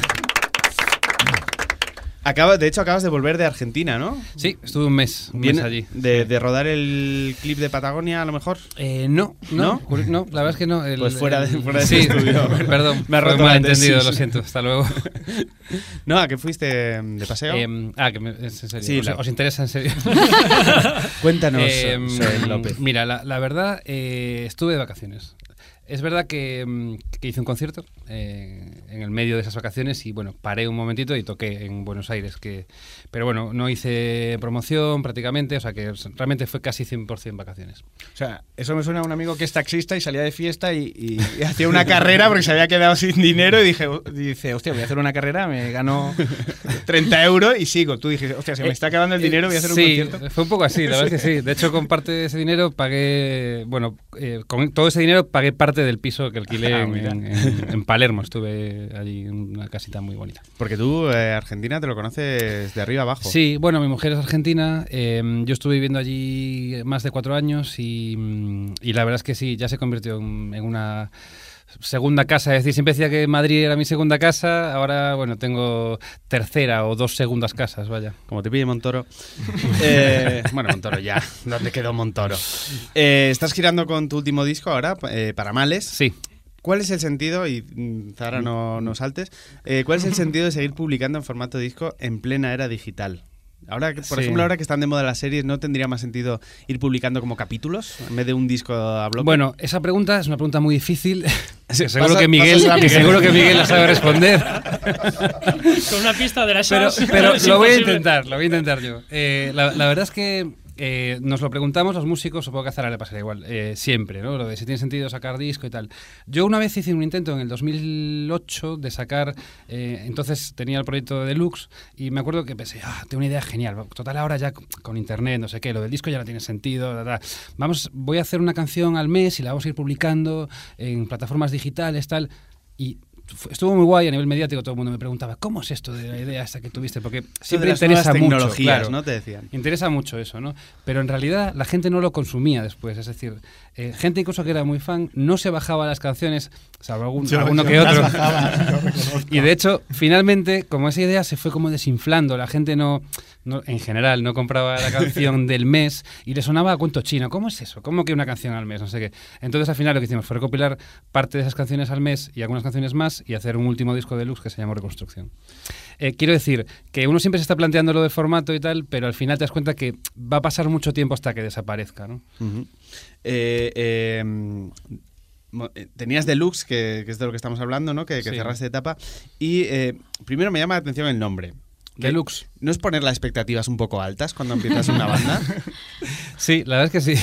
Acaba, de hecho, acabas de volver de Argentina, ¿no? Sí, estuve un mes, un Bien, mes allí. de, de rodar el clip de Patagonia, a lo mejor. Eh, no, no, no, no, la verdad es que no. El- Pues fuera de- el- fuera de sí, este estudio. Perdón, Me ha fue roto la malentendido, tesis. lo siento, hasta luego. No, ¿a qué fuiste de paseo? Eh, ah, que me, es en serio. Sí, ¿Os, lo- os interesa en serio? Cuéntanos, Eh, Joel López. Mira, la, la verdad, eh, estuve de vacaciones. Es verdad que, mm, que hice un concierto eh, en el medio de esas vacaciones y bueno, paré un momentito y toqué en Buenos Aires. Que, pero bueno, no hice promoción prácticamente, o sea que realmente fue casi cien por ciento vacaciones. O sea, eso me suena a un amigo que es taxista y salía de fiesta y, y- y hacía una carrera porque se había quedado sin dinero y dije, dice, hostia, voy a hacer una carrera, me gano treinta euros y sigo. Tú dijiste, hostia, se me está acabando el dinero, voy a hacer un sí, concierto. fue un poco así, la verdad es que sí. De hecho, con parte de ese dinero pagué, bueno, eh, con todo ese dinero pagué parte del piso que alquilé Ah, en, mira. en- en- en Palermo. Estuve allí en una casita muy bonita. Porque tú, eh, Argentina, te lo conoces de arriba abajo. Sí, bueno, mi mujer es argentina, eh, yo estuve viviendo allí más de cuatro años y, mm, y la verdad es que sí, ya se convirtió en, en una segunda casa. Es decir, siempre decía que Madrid era mi segunda casa, ahora, bueno, tengo tercera o dos segundas casas, vaya. Como te pille Montoro. Eh, bueno, Montoro ya. ¿Dónde quedó Montoro? Eh, estás girando con tu último disco ahora, eh, para Males. Sí. ¿Cuál es el sentido, y mm, Zahara no, no saltes, eh, cuál es el sentido de seguir publicando en formato disco en plena era digital? Ahora, que- por Sí. ejemplo, ahora que están de moda las series, ¿no tendría más sentido ir publicando como capítulos en vez de un disco a bloque? Bueno, esa pregunta es una pregunta muy difícil. Sí, que seguro, pasa- que Miguel, pásasela a que Miguel. seguro que Miguel la sabe responder. Con una pista de la Pero, S A S. pero es lo voy a imposible. intentar, lo voy a intentar yo. Eh, la, la verdad es que eh, nos lo preguntamos los músicos, supongo que a Zara le pasará igual, eh, siempre, ¿no? Lo de si tiene sentido sacar disco y tal. Yo una vez hice un intento en el dos mil ocho de sacar, eh, entonces tenía el proyecto de Deluxe y me acuerdo que pensé, ah, tengo una idea genial, total ahora ya con internet, no sé qué, lo del disco ya no tiene sentido, da, da. Vamos, voy a hacer una canción al mes y la vamos a ir publicando en plataformas digitales, tal, y estuvo muy guay a nivel mediático, todo el mundo me preguntaba, ¿cómo es esto de la idea esta que tuviste? Porque siempre interesa mucho, tecnologías, claro, ¿no? Te decían. Interesa mucho eso, ¿no? Pero en realidad la gente no lo consumía después, es decir, eh, gente incluso que era muy fan no se bajaba las canciones, salvo algún, yo, alguno yo que otro. Bajaba, no y de hecho, finalmente, como esa idea se fue como desinflando, la gente no, no en general no compraba la canción del mes y le sonaba a cuento chino. ¿Cómo es eso? ¿Cómo que una canción al mes? No sé qué. Entonces al final lo que hicimos fue recopilar parte de esas canciones al mes y algunas canciones más y hacer un último disco deluxe que se llamó Reconstrucción. Eh, quiero decir que uno siempre se está planteando lo de formato y tal, pero al final te das cuenta que va a pasar mucho tiempo hasta que desaparezca, ¿no? Uh-huh. eh, eh, tenías Deluxe, que, que es de lo que estamos hablando, ¿no? Que, que sí. cerraste etapa. Y eh, primero me llama la atención el nombre. Deluxe. ¿No es poner las expectativas un poco altas cuando empiezas una banda? Sí, la verdad es que sí.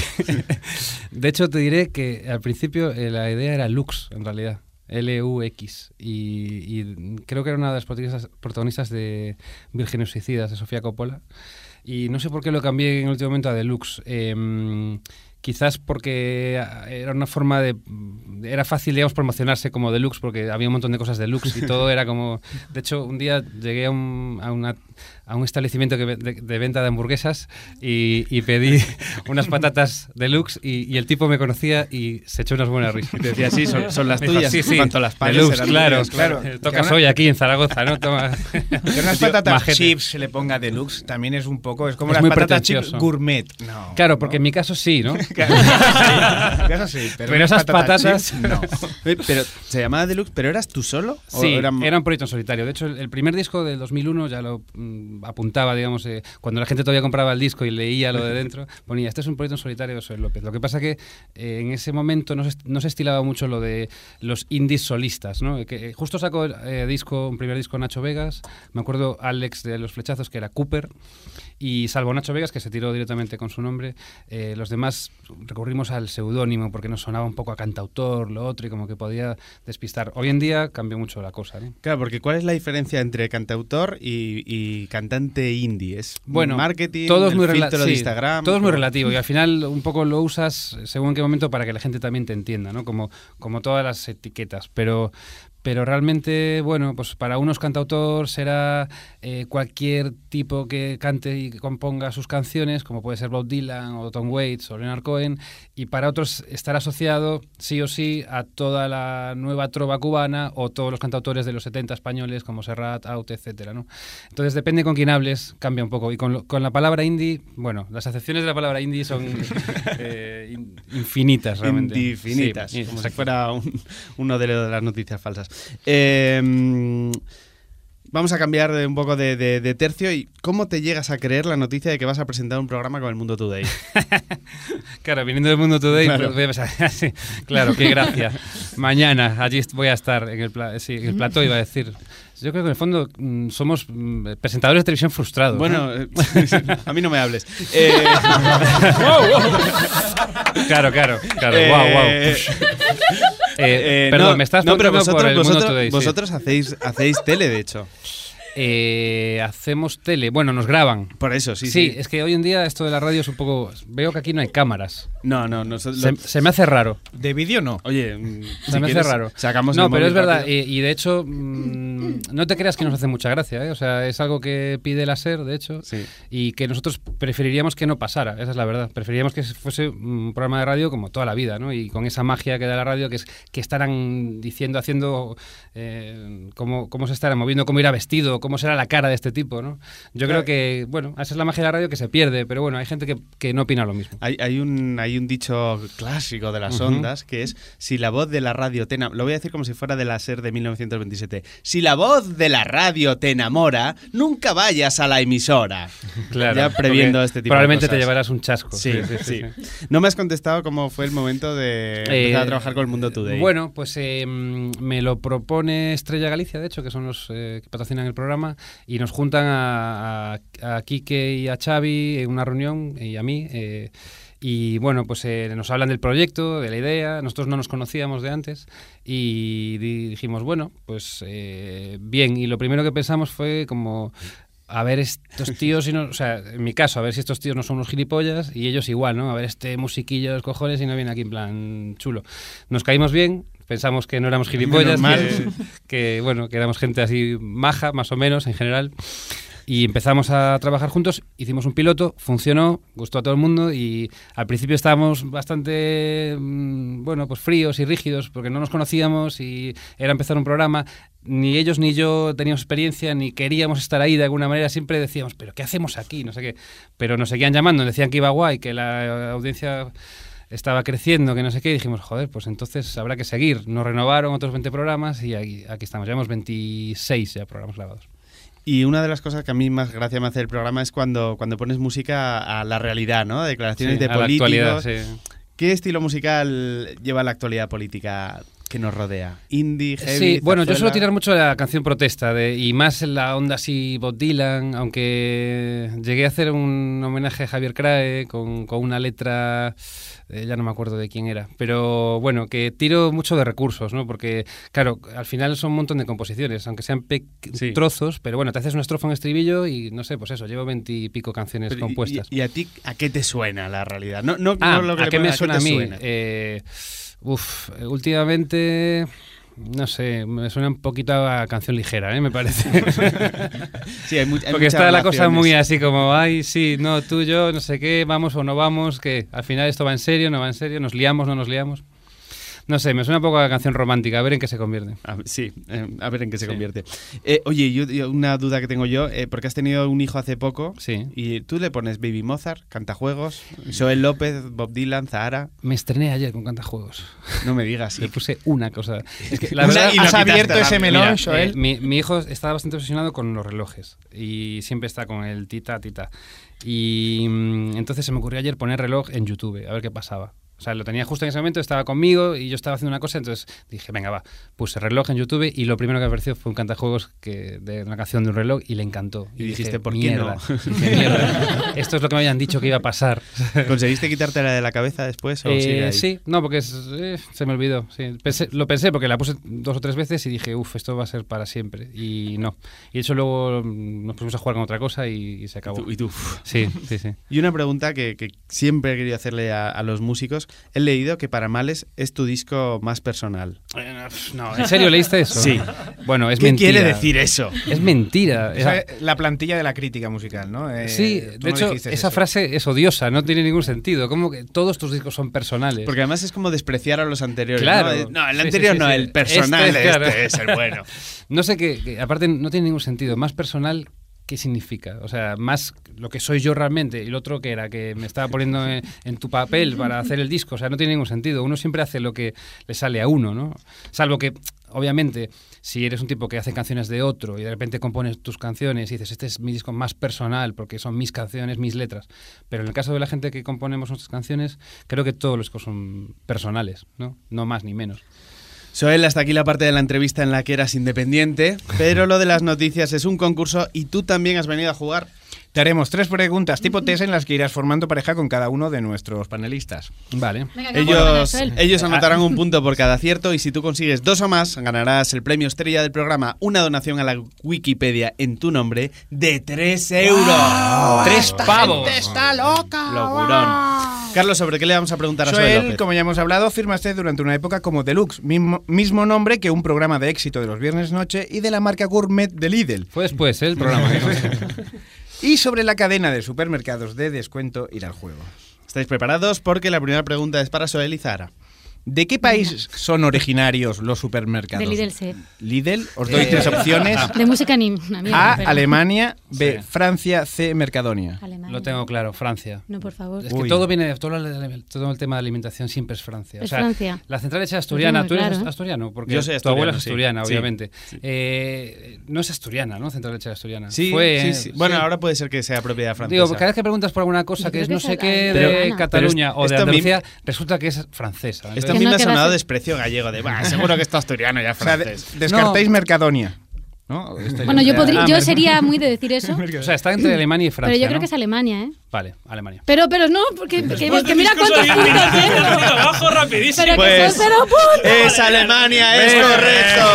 De hecho, te diré que al principio eh, la idea era Lux, en realidad. L U X. Y, y creo que era una de las protagonistas, protagonistas de Vírgenes Suicidas, de Sofía Coppola. Y no sé por qué lo cambié en el último momento a Deluxe. Eh, quizás porque era una forma de... Era fácil, digamos, promocionarse como Deluxe porque había un montón de cosas Deluxe y todo era como... De hecho, un día llegué a un, a una, a un establecimiento que, de, de venta de hamburguesas y, y pedí unas patatas Deluxe y, y el tipo me conocía y se echó unas buenas risas. Y te decía, sí, son, son las dijo, tuyas. Sí, sí. Cuanto las pagues Deluxe, serán claro, tuyas, claro. claro. Tocas hoy aquí en Zaragoza, ¿no? Toma. Que unas patatas majete. Chips se le ponga Deluxe también es un poco... Es como es las muy patatas chips pretencioso. gourmet. No, claro, porque ¿no? En mi caso sí, ¿no? Claro, sí, en mi caso sí, pero, pero esas patatas... Chips, no. Pero se llamaba Deluxe, ¿pero eras tú solo? Sí, era... era un proyecto en solitario. De hecho, el, el primer disco del dos mil uno ya lo mm, apuntaba, digamos, eh, cuando la gente todavía compraba el disco y leía lo de dentro, ponía, este es un proyecto en solitario de Soy López. Lo que pasa que eh, en ese momento no se, no se estilaba mucho lo de los indies solistas, ¿no? Que, eh, justo sacó eh, disco, un primer disco Nacho Vegas, me acuerdo Alex de Los Flechazos, que era Cooper, y salvo Nacho Vegas, que se tiró directamente con su nombre, eh, los demás recurrimos al seudónimo porque nos sonaba un poco a cantautor, lo otro, y como que podía despistar. Hoy en día cambió mucho la cosa, ¿no? Claro, porque ¿cuál es la diferencia entre cantautor y, y cantante indie? ¿Es bueno, marketing, todo es el muy filtro sí, de Instagram? Todo es muy ¿cómo? relativo y al final un poco lo usas según en qué momento para que la gente también te entienda, ¿no? Como, como todas las etiquetas, pero... Pero realmente, bueno, pues para unos cantautor será eh, cualquier tipo que cante y que componga sus canciones, como puede ser Bob Dylan o Tom Waits o Leonard Cohen, y para otros estará asociado sí o sí a toda la nueva trova cubana o todos los cantautores de los setenta españoles como Serrat, Aute, etcétera, ¿no? Entonces depende con quién hables, cambia un poco. Y con, lo, con la palabra indie, bueno, las acepciones de la palabra indie son eh, in, infinitas realmente. Infinitas, sí, como si fuera un, uno de las noticias falsas. Eh, vamos a cambiar de un poco de, de, de tercio. ¿Y cómo te llegas a creer la noticia de que vas a presentar un programa con El Mundo Today? Claro, viniendo del Mundo Today, claro, pues voy a pensar, sí, claro, qué gracia. Mañana allí voy a estar en el, pla sí, en el plató, iba a decir. Yo creo que en el fondo mm, somos mm, presentadores de televisión frustrados. Bueno, ¿no? eh, a mí no me hables. Eh... Claro, claro, claro. Eh... Wow, wow. Eh, eh, perdón, no, me estás no, pero preguntando vosotros, por el vosotros, Mundo Today. vosotros sí. hacéis, hacéis tele, de hecho. Eh, hacemos tele, bueno, nos graban. Por eso, sí, sí. Sí, es que hoy en día esto de la radio es un poco... Veo que aquí no hay cámaras. No, no, no. Se, se me hace raro. ¿De vídeo no? Oye, se si me hace raro. Sacamos no, el pero es verdad. rápido. Y, y de hecho, mmm, no te creas que nos hace mucha gracia, ¿eh? O sea, es algo que pide la SER, de hecho, sí. Y que nosotros preferiríamos que no pasara, esa es la verdad. Preferiríamos que fuese un programa de radio como toda la vida, ¿no? Y con esa magia que da la radio, que es que estarán diciendo, haciendo, eh, cómo, cómo se estará moviendo, cómo irá vestido, cómo será la cara de este tipo, ¿no? Yo claro. creo que, bueno, esa es la magia de la radio que se pierde, pero bueno, hay gente que, que no opina lo mismo. Hay, hay, un, hay un dicho clásico de las uh-huh. ondas que es: si la voz de la radio te enamora, lo voy a decir como si fuera de la SER de mil novecientos veintisiete, si la voz de la radio te enamora, nunca vayas a la emisora. Claro, ya previendo este tipo probablemente de cosas. te llevarás un chasco. Sí, sí, sí, sí. sí. No me has contestado cómo fue el momento de eh, empezar a trabajar con El Mundo Today. Bueno, pues eh, me lo propone Estrella Galicia, de hecho, que son los eh, que patrocinan el programa, y nos juntan a, a, a Quique y a Xavi en una reunión y a mí. Eh, y bueno, pues eh, nos hablan del proyecto, de la idea. Nosotros no nos conocíamos de antes y di- dijimos, bueno, pues eh, bien. Y lo primero que pensamos fue como... A ver estos tíos, y no, o sea, en mi caso, a ver si estos tíos no son unos gilipollas y ellos igual, ¿no? A ver este musiquillo de los cojones y no viene aquí en plan chulo. Nos caímos bien, pensamos que no éramos gilipollas, que, que, bueno, que éramos gente así maja, más o menos, en general. Y empezamos a trabajar juntos, hicimos un piloto, funcionó, gustó a todo el mundo y al principio estábamos bastante, mmm, bueno, pues fríos y rígidos porque no nos conocíamos y era empezar un programa. Ni ellos ni yo teníamos experiencia, ni queríamos estar ahí de alguna manera. Siempre decíamos, ¿pero qué hacemos aquí? No sé qué. Pero nos seguían llamando, nos decían que iba guay, que la audiencia estaba creciendo, que no sé qué. Y dijimos, joder, pues entonces habrá que seguir. Nos renovaron otros veinte programas y aquí, aquí estamos. Llevamos veintiséis ya programas grabados. Y una de las cosas que a mí más gracia me hace el programa es cuando, cuando pones música a la realidad, ¿no? Declaraciones Sí, de a la políticos. actualidad, sí. ¿Qué estilo musical lleva la actualidad política que nos rodea? ¿Indie, heavy, Sí, bueno, yo zarzuela? suelo tirar mucho de la canción protesta de, y más en la onda así Bob Dylan, aunque llegué a hacer un homenaje a Javier Crae con, con una letra, eh, ya no me acuerdo de quién era, pero bueno, que tiro mucho de recursos, ¿no? Porque, claro, al final son un montón de composiciones, aunque sean pe- Sí. trozos, pero bueno, te haces una estrofa, un estribillo y no sé, pues eso, llevo veintipico canciones Pero, y- compuestas. Y, y a ti a qué te suena la realidad? No, no, Ah, no lo que ¿a le qué pones, me suena a te mí? suena? Eh, uf, últimamente, no sé, me suena un poquito a canción ligera, ¿eh? Me parece. Sí, hay, mu- hay Porque muchas está la cosa relaciones. muy así como, ay, sí, no, tú, yo, no sé qué, vamos o no vamos, que al final esto va en serio, no va en serio, nos liamos, no nos liamos. No sé, me suena un poco a canción romántica, a ver en qué se convierte. A- sí, eh, a ver en qué se Sí. convierte. Eh, oye, yo, yo- una duda que tengo yo, eh, porque has tenido un hijo hace poco Sí. y tú le pones Baby Mozart, Cantajuegos, Joel López, Bob Dylan, Zahara. Me estrené ayer con Cantajuegos. No me digas. Le y- puse una cosa. Es que, la Una verdad, y lo ¿Has quitaste abierto ese rápido. melón, Mira, Joel? eh, mi, mi hijo estaba bastante obsesionado con los relojes y siempre está con el tita, tita. Y mm, entonces se me ocurrió ayer poner reloj en YouTube, a ver qué pasaba. O sea, lo tenía justo en ese momento, estaba conmigo y yo estaba haciendo una cosa, entonces dije, venga, va, puse reloj en YouTube y lo primero que apareció fue un cantajuegos que, de una canción de un reloj y le encantó. Y dijiste, dije, ¿por qué mierda, no? dije, mierda, esto es lo que me habían dicho que iba a pasar. ¿Conseguiste quitártela de la cabeza después o Eh, sigue ahí? sí, no, porque es- eh, se me olvidó. Sí. Pensé- lo pensé porque la puse dos o tres veces y dije, uff, esto va a ser para siempre. Y no. Y de hecho luego mm, nos pusimos a jugar con otra cosa y, y se acabó. Y tú, y tú, uf. Sí, sí, sí. Y una pregunta que, que siempre he querido hacerle a, a los músicos. He leído que Para Males es tu disco más personal. No, ¿en serio leíste eso? Sí. Bueno, es ¿Qué mentira. quiere decir eso? Es mentira. O sea, Esa es la plantilla de la crítica musical, ¿no? Eh, sí, tú de no hecho, dijiste esa eso. frase es odiosa, no tiene ningún sentido. Como que todos tus discos son personales. Porque además es como despreciar a los anteriores. Claro. No, no el Sí, anterior sí, sí, no, sí. el personal Este, este, claro. es el bueno. No sé qué, que aparte no tiene ningún sentido. Más personal, ¿qué significa? O sea, más lo que soy yo realmente y lo otro que era que me estaba poniendo en, en tu papel para hacer el disco. O sea, no tiene ningún sentido. Uno siempre hace lo que le sale a uno, ¿no? Salvo que, obviamente, si eres un tipo que hace canciones de otro y de repente compones tus canciones y dices, este es mi disco más personal porque son mis canciones, mis letras. Pero en el caso de la gente que componemos nuestras canciones, creo que todos los discos son personales, ¿no? No más ni menos. Joel, hasta aquí la parte de la entrevista en la que eras independiente, pero lo de las noticias es un concurso y tú también has venido a jugar. Te haremos tres preguntas tipo test en las que irás formando pareja con cada uno de nuestros panelistas. Vale. Venga, que Ellos, vamos a ganar, ellos anotarán un punto por cada acierto y si tú consigues dos o más, ganarás el premio estrella del programa, una donación a la Wikipedia en tu nombre de tres euros. ¡Tres pavos! ¡Está loca! Locurón. Carlos, ¿sobre qué le vamos a preguntar a Joel Joel, López? como ya hemos hablado, firmaste durante una época como Deluxe, mismo, mismo nombre que un programa de éxito de los viernes noche y de la marca Gourmet de Lidl. Fue después, ¿eh? El programa. Y sobre la cadena de supermercados de descuento Ir al Juego. ¿Estáis preparados? Porque la primera pregunta es para Joel y Zahara. ¿De qué país son originarios los supermercados? De Lidl, sí. Lidl, os doy tres opciones. De música ni una mierda. A, pero- Alemania, B, Sí. Francia, C, Mercadonia. Alemania. Lo tengo claro, Francia. No, por favor. Es que Uy. todo viene, todo, el- todo el tema de alimentación siempre es Francia. Es Francia. La central leche asturiana, Lo tú tengo muy eres claro, ¿eh? asturiano, porque Yo soy tu abuela es asturiano, asturiana, sí. obviamente. Sí. Eh, no es asturiana, ¿no? Central leche asturiana. Sí, Fue, sí, eh, sí. Bueno, sí. ahora puede ser que sea propiedad francesa. Digo, cada vez que preguntas por alguna cosa Yo que creo es que no es sé qué alemana. de Pero Cataluña esto- o de esto a mí- Andalucía, resulta que es francesa. Esto a Que mí no me ha queda sonado así. desprecio gallego de, "Bah, seguro que está asturiano ya O sea, de- francés". descartáis Mercadonia. ¿no? Esto Bueno, yo, podría, Ah, yo me- sería muy de decir eso. O sea, está entre Alemania y Francia. Pero yo creo ¿no? que es Alemania, ¿eh? Vale, Alemania. Pero, pero no, porque que, Después que del mira discurso cuántos de diez puntos minutos, tengo. te has venido abajo rapidísimo. Pero que Pues, son cero puntos. Es Alemania, es correcto.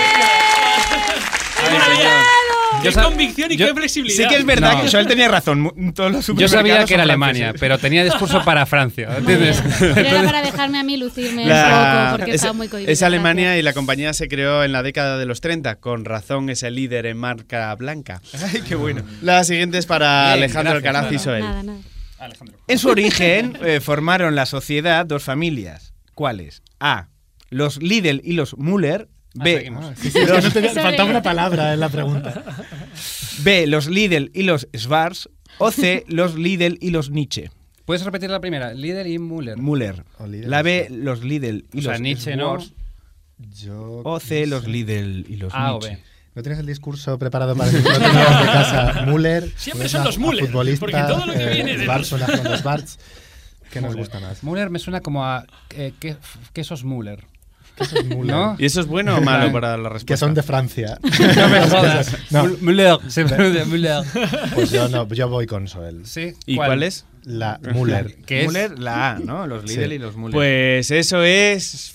¡Qué maravilla! ¡Qué Yo sa- convicción y yo- qué flexibilidad! Sí que es verdad No. que Joel tenía razón. mu- Todos los Yo supermercados sabía que era son Alemania, franceses. pero tenía discurso para Francia, Muy bien. ¿entiendes? Pero era para dejarme a mí lucirme La- un poco, porque es, estaba muy cohibida. es Alemania gracias. y la compañía se creó en la década de los treinta. Con razón es el líder en marca blanca. Ay, qué bueno. La siguiente es para Bien, Alejandro gracias, Alcaraz y Ana. Soel. Nada, nada. En su origen eh, formaron la sociedad dos familias. ¿Cuáles? A. Los Lidl y los Müller. B. seguimos. Ah, sí, sí, es que no te- Eso faltaba de- una palabra en la pregunta. B. Los Lidl y los Schwarz. O C. Los Lidl y los Nietzsche. ¿Puedes repetir la primera? Líder y Müller. Müller. O Lidl La y B. Schwarz. Los Lidl y O sea, los Nietzsche, ¿no? Schwarz. Yo O C. Los Lidl y los A o Nietzsche. B. ¿No tienes el discurso preparado para el no tenías de casa? Müller. Siempre suena son los a Müller, futbolista, porque todo lo que eh, viene de Schwarz los- suena a Juan Schwarz. ¿Qué nos gusta más? Müller me suena como a eh, que- quesos Müller. ¿Qué es Müller? ¿No? ¿Y eso es bueno o malo para la respuesta? Que son de Francia. No me jodas. No. Müller. Se pronuncia Müller. Pues yo no, yo voy con Soel. Sí. ¿Y cuál es? La Müller. ¿Qué es? Müller, la A, ¿no? Los Lidl Sí. y los Müller. Pues eso es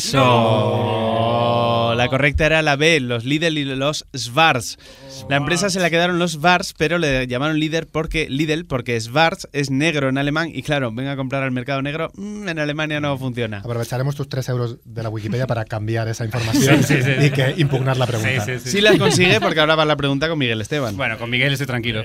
falso. La correcta era la B, los Lidl y los Schwarz. La empresa se la quedaron los Schwarz, pero le llamaron Lidl porque Lidl porque Schwarz es negro en alemán y claro, venga a comprar al mercado negro, mmm, en Alemania no funciona. Aprovecharemos tus tres euros de la Wikipedia para cambiar esa información y que impugnar la pregunta. Sí, sí, sí. Sí las consigue porque ahora va la pregunta con Miguel Esteban. Bueno, con Miguel estoy tranquilo.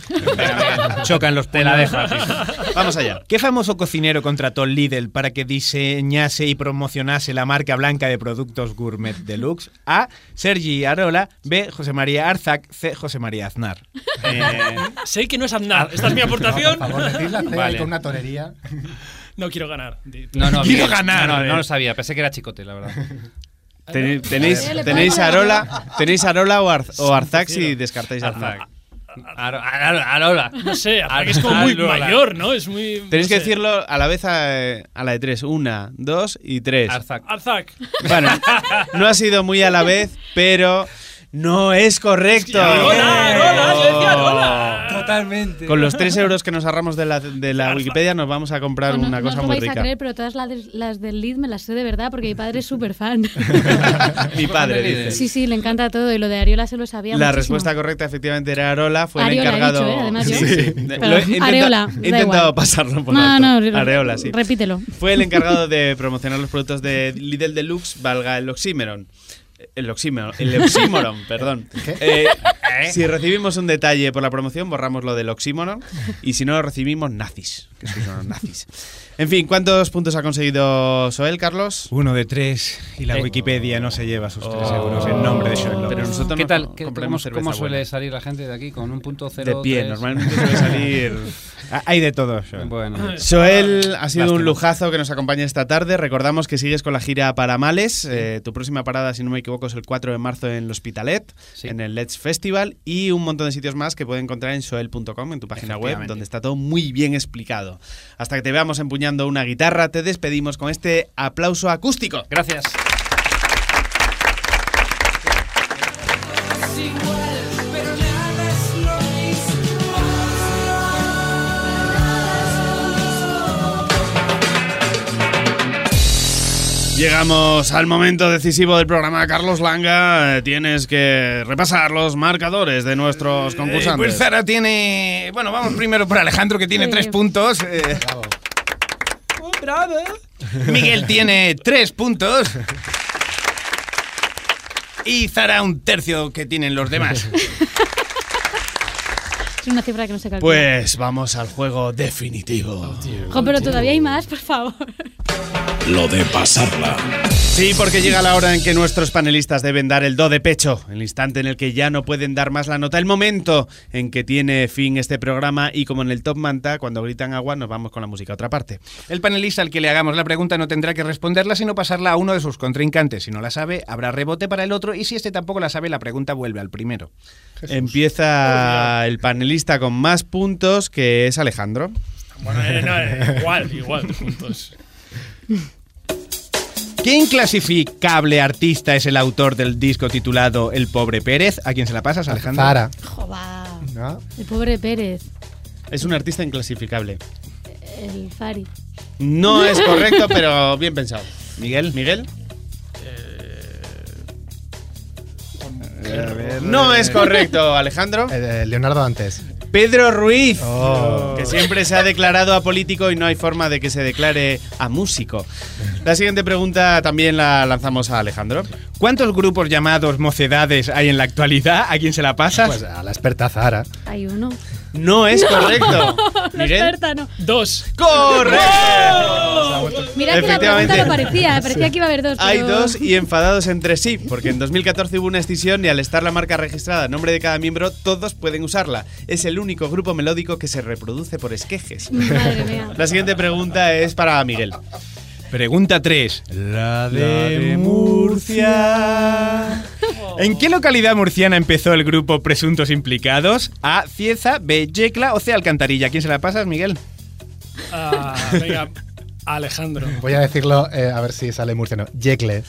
Chocan los Te la puños. dejo. a ti. Vamos allá. ¿Qué famoso cocinero contrató Lidl para que diseñase y promocionase la marca blanca de productos gourmet deluxe? A. Sergi Arola. B. José María Arzac. C. José María Aznar. Eh, Sé que no es Aznar. Esta es mi aportación. Por favor, decid la C Vale. con una torería. No quiero ganar. no, no, Quiero Miguel, ganar, No, no, eh. no lo sabía. Pensé que era chicote, la verdad. Ten- tenéis Eh, le tenéis pongo la Arola, tenéis Arola o, Ar- o Arzac si descartáis Aznar. Aro- aro- Arola. No sé, Aznar es como muy Arola. mayor, ¿no? Es muy. Tenéis no que sé. decirlo a la vez a, a la de tres. Una, dos y tres. Arzac. Arzac. Bueno, no ha sido muy a la vez, pero no es correcto. Arola, Arola, yo decía Arola. Totalmente. Con los tres euros que nos ahorramos de la, de la Wikipedia nos vamos a comprar Bueno, una no cosa os lo muy vais a rica. creer, pero todas las, de- las del Lead me las sé de verdad porque mi padre es súper fan. Mi padre dice. Sí, sí, le encanta todo y lo de Ariola se lo sabía La muchísimo. respuesta correcta efectivamente era Arola, fue Areola, el he encargado. dicho, ¿eh? Además Sí, yo. sí. Perdón, Lo he intenta- Areola, he da intentado igual. pasarlo por No, alto. no, Areola, sí. repítelo. Fue el encargado de promocionar los productos de Lidl Deluxe, valga el oxímeron. El oxímoron, el oxímoron, perdón. Eh, si recibimos un detalle por la promoción, borramos lo del oxímoron. Y si no lo recibimos, nazis. Que sois unos nazis. En fin, ¿cuántos puntos ha conseguido Soel, Carlos? Uno de tres y la Eh. Wikipedia no se lleva sus tres Oh. euros en nombre de Joel López. Pero nosotros ¿Qué nos tal? co- ¿Qué- compramos ¿Cómo, cerveza cómo suele buena. salir la gente de aquí? ¿Con un punto cero? De pie, tres? normalmente suele salir. Ah, Hay de todo, Joel. Bueno. Joel, ha sido un Lástima. lujazo que nos acompañe esta tarde. Recordamos que sigues con la gira para Males. Eh, tu próxima parada, si no me equivoco, es el cuatro de marzo en el Hospitalet, Sí. en el Let's Festival, y un montón de sitios más que pueden encontrar en soel punto com, en tu página web, Efectivamente. donde está todo muy bien explicado. Hasta que te veamos empuñando una guitarra, te despedimos con este aplauso acústico. Gracias. Llegamos al momento decisivo del programa. Carlos Langa, eh, tienes que repasar los marcadores de nuestros Eh, concursantes. pues Zara tiene. Bueno, vamos primero por Alejandro, que tiene Sí. tres puntos. Eh, Oh, bravo. Miguel tiene tres puntos. Y Zara un tercio que tienen los demás. Es una cifra que no se calcula. Pues vamos al juego definitivo. Jo, pero todavía hay más, por favor. Lo de pasarla. Sí, porque llega la hora en que nuestros panelistas deben dar el do de pecho, el instante en el que ya no pueden dar más la nota, el momento en que tiene fin este programa y como en el Top Manta, cuando gritan agua, nos vamos con la música a otra parte. El panelista al que le hagamos la pregunta no tendrá que responderla, sino pasarla a uno de sus contrincantes. Si no la sabe, habrá rebote para el otro, y si este tampoco la sabe, la pregunta vuelve al primero. Empieza el panelista con más puntos, que es Alejandro. Bueno, eh, no, eh, igual, igual, juntos. ¿Qué inclasificable artista es el autor del disco titulado El Pobre Pérez? ¿A quién se la pasas, Alejandro? Zara. Joba. ¿No? El pobre Pérez. Es un artista inclasificable. El Fari. No es correcto, pero bien pensado. Miguel. ¿Miguel? Eh, No es correcto, Alejandro. Eh, Leonardo antes. Pedro Ruiz, Oh. que siempre se ha declarado a político y no hay forma de que se declare a músico. La siguiente pregunta también la lanzamos a Alejandro. ¿Cuántos grupos llamados mocedades hay en la actualidad? ¿A quién se la pasas? Pues a la experta Zara. Hay uno. No es correcto. La Miguel. experta no. Dos. ¡Correcto! Mira que la Efectivamente. pregunta lo parecía, parecía que iba a haber dos. Hay pero- dos y enfadados entre sí, porque en dos mil catorce hubo una escisión y al estar la marca registrada a nombre de cada miembro, todos pueden usarla. Es el único grupo melódico que se reproduce por esquejes. Madre mía. La siguiente pregunta es para Miguel. Pregunta tres. La de Murcia. ¿En qué localidad murciana empezó el grupo Presuntos Implicados? A. Cieza, B. Yecla o C. Alcantarilla. ¿Quién se la pasas, Miguel? Ah, venga, Alejandro. Voy a decirlo, eh, a ver si sale murciano. Yecle.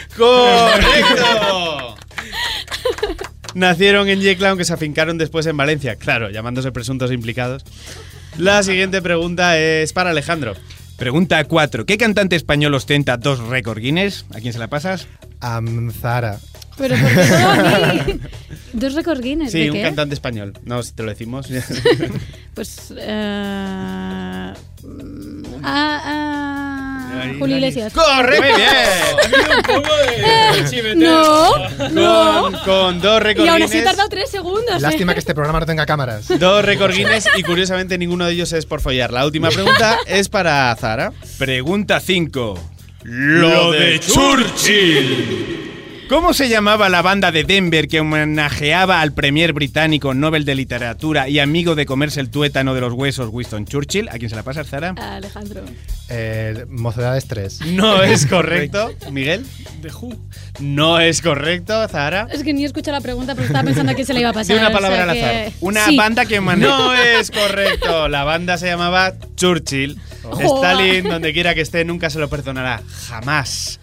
¡Correcto! Nacieron en Yecla, aunque se afincaron después en Valencia. Claro, llamándose Presuntos Implicados. La siguiente pregunta es para Alejandro. Pregunta cuatro. ¿Qué cantante español ostenta dos récord Guinness? ¿A quién se la pasas? Am Zara. Pero ¿por qué todo a mí? Dos récord Guinness. Sí, ¿de un qué? cantante español. No, si te lo decimos. Pues. Eh... mm, ah, ah, Ahí, Julio ahí. Iglesias. ¡Correcto! Muy bien. Un poco de chiveteo. No, no. Con, con dos récord Y aún así he Guinness. tardado tres segundos. ¿eh? Lástima que este programa no tenga cámaras. Dos récord Guinness y curiosamente ninguno de ellos es por follar. La última pregunta es para Zara. Pregunta cinco. Lo de Churchill. ¿Cómo se llamaba la banda de Denver que homenajeaba al premier británico Nobel de Literatura y amigo de comerse el tuétano de los huesos Winston Churchill? ¿A quién se la pasas, Zara? Ah, Alejandro. Eh, Mocedades tres. No es correcto. Miguel. De Who. No es correcto, Zara. Es que ni he escuchado la pregunta, pero estaba pensando a quién se le iba a pasar. Di una o sea palabra al que- azar. Una Sí. banda que homenajea... No es correcto. La banda se llamaba Churchill. Stalin, donde quiera que esté, nunca se lo perdonará. Jamás.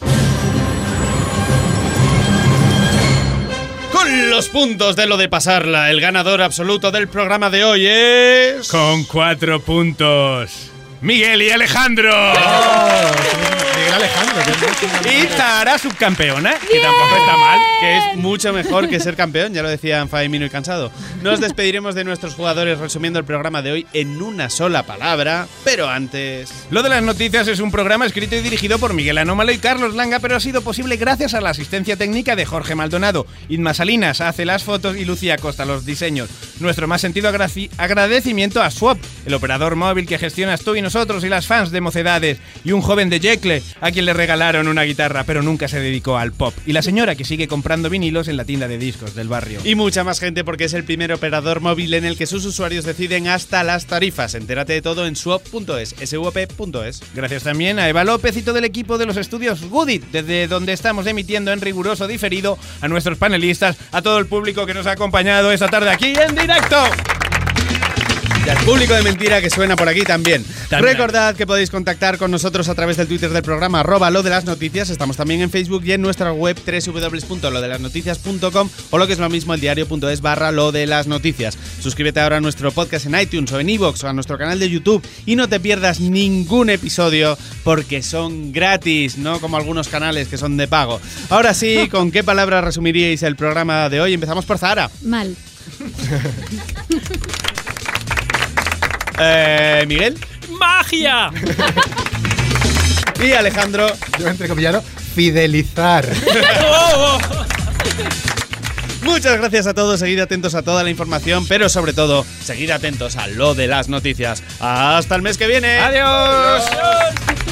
Con los puntos de lo de pasarla, el ganador absoluto del programa de hoy es... Con cuatro puntos. Miguel y Alejandro. Miguel Alejandro. que- Y Zara, subcampeona, que tampoco está mal. Que es mucho mejor que ser campeón, ya lo decían Faemino y Cansado. Nos despediremos de nuestros jugadores resumiendo el programa de hoy en una sola palabra, pero antes... Lo de las noticias es un programa escrito y dirigido por Miguel Anómalo y Carlos Langa, pero ha sido posible gracias a la asistencia técnica de Jorge Maldonado. Inma Salinas hace las fotos y Lucía Costa los diseños. Nuestro más sentido agraci- agradecimiento a Swap, el operador móvil que gestionas tú y nosotros y las fans de Mocedades, y un joven de Jekyll a quien le regalaron una guitarra, pero nunca se dedicó al pop. Y la señora que sigue comprando vinilos en la tienda de discos del barrio. Y mucha más gente porque es el primer operador móvil en el que sus usuarios deciden hasta las tarifas. Entérate de todo en swap punto es, S V P punto es. Gracias también a Eva López y todo el equipo de los estudios Goodit, desde donde estamos emitiendo en riguroso diferido, a nuestros panelistas, a todo el público que nos ha acompañado esta tarde aquí en directo. Y al público de mentira que suena por aquí también. También. Recordad que podéis contactar con nosotros a través del Twitter del programa arroba lo de las noticias. Estamos también en Facebook y en nuestra web doble u doble u doble u punto lo de las noticias punto com o lo que es lo mismo el diario punto es barra lo de las noticias. Suscríbete ahora a nuestro podcast en iTunes o en iVoox o a nuestro canal de YouTube y no te pierdas ningún episodio porque son gratis, no como algunos canales que son de pago. Ahora sí, ¿con qué palabras resumiríais el programa de hoy? Empezamos por Zahara. Mal. Eh, Miguel ¡Magia! y Alejandro. Yo entrecomillado, fidelizar. Muchas gracias a todos, seguid atentos a toda la información, pero sobre todo, seguid atentos a lo de las noticias. ¡Hasta el mes que viene! ¡Adiós! ¡Adiós!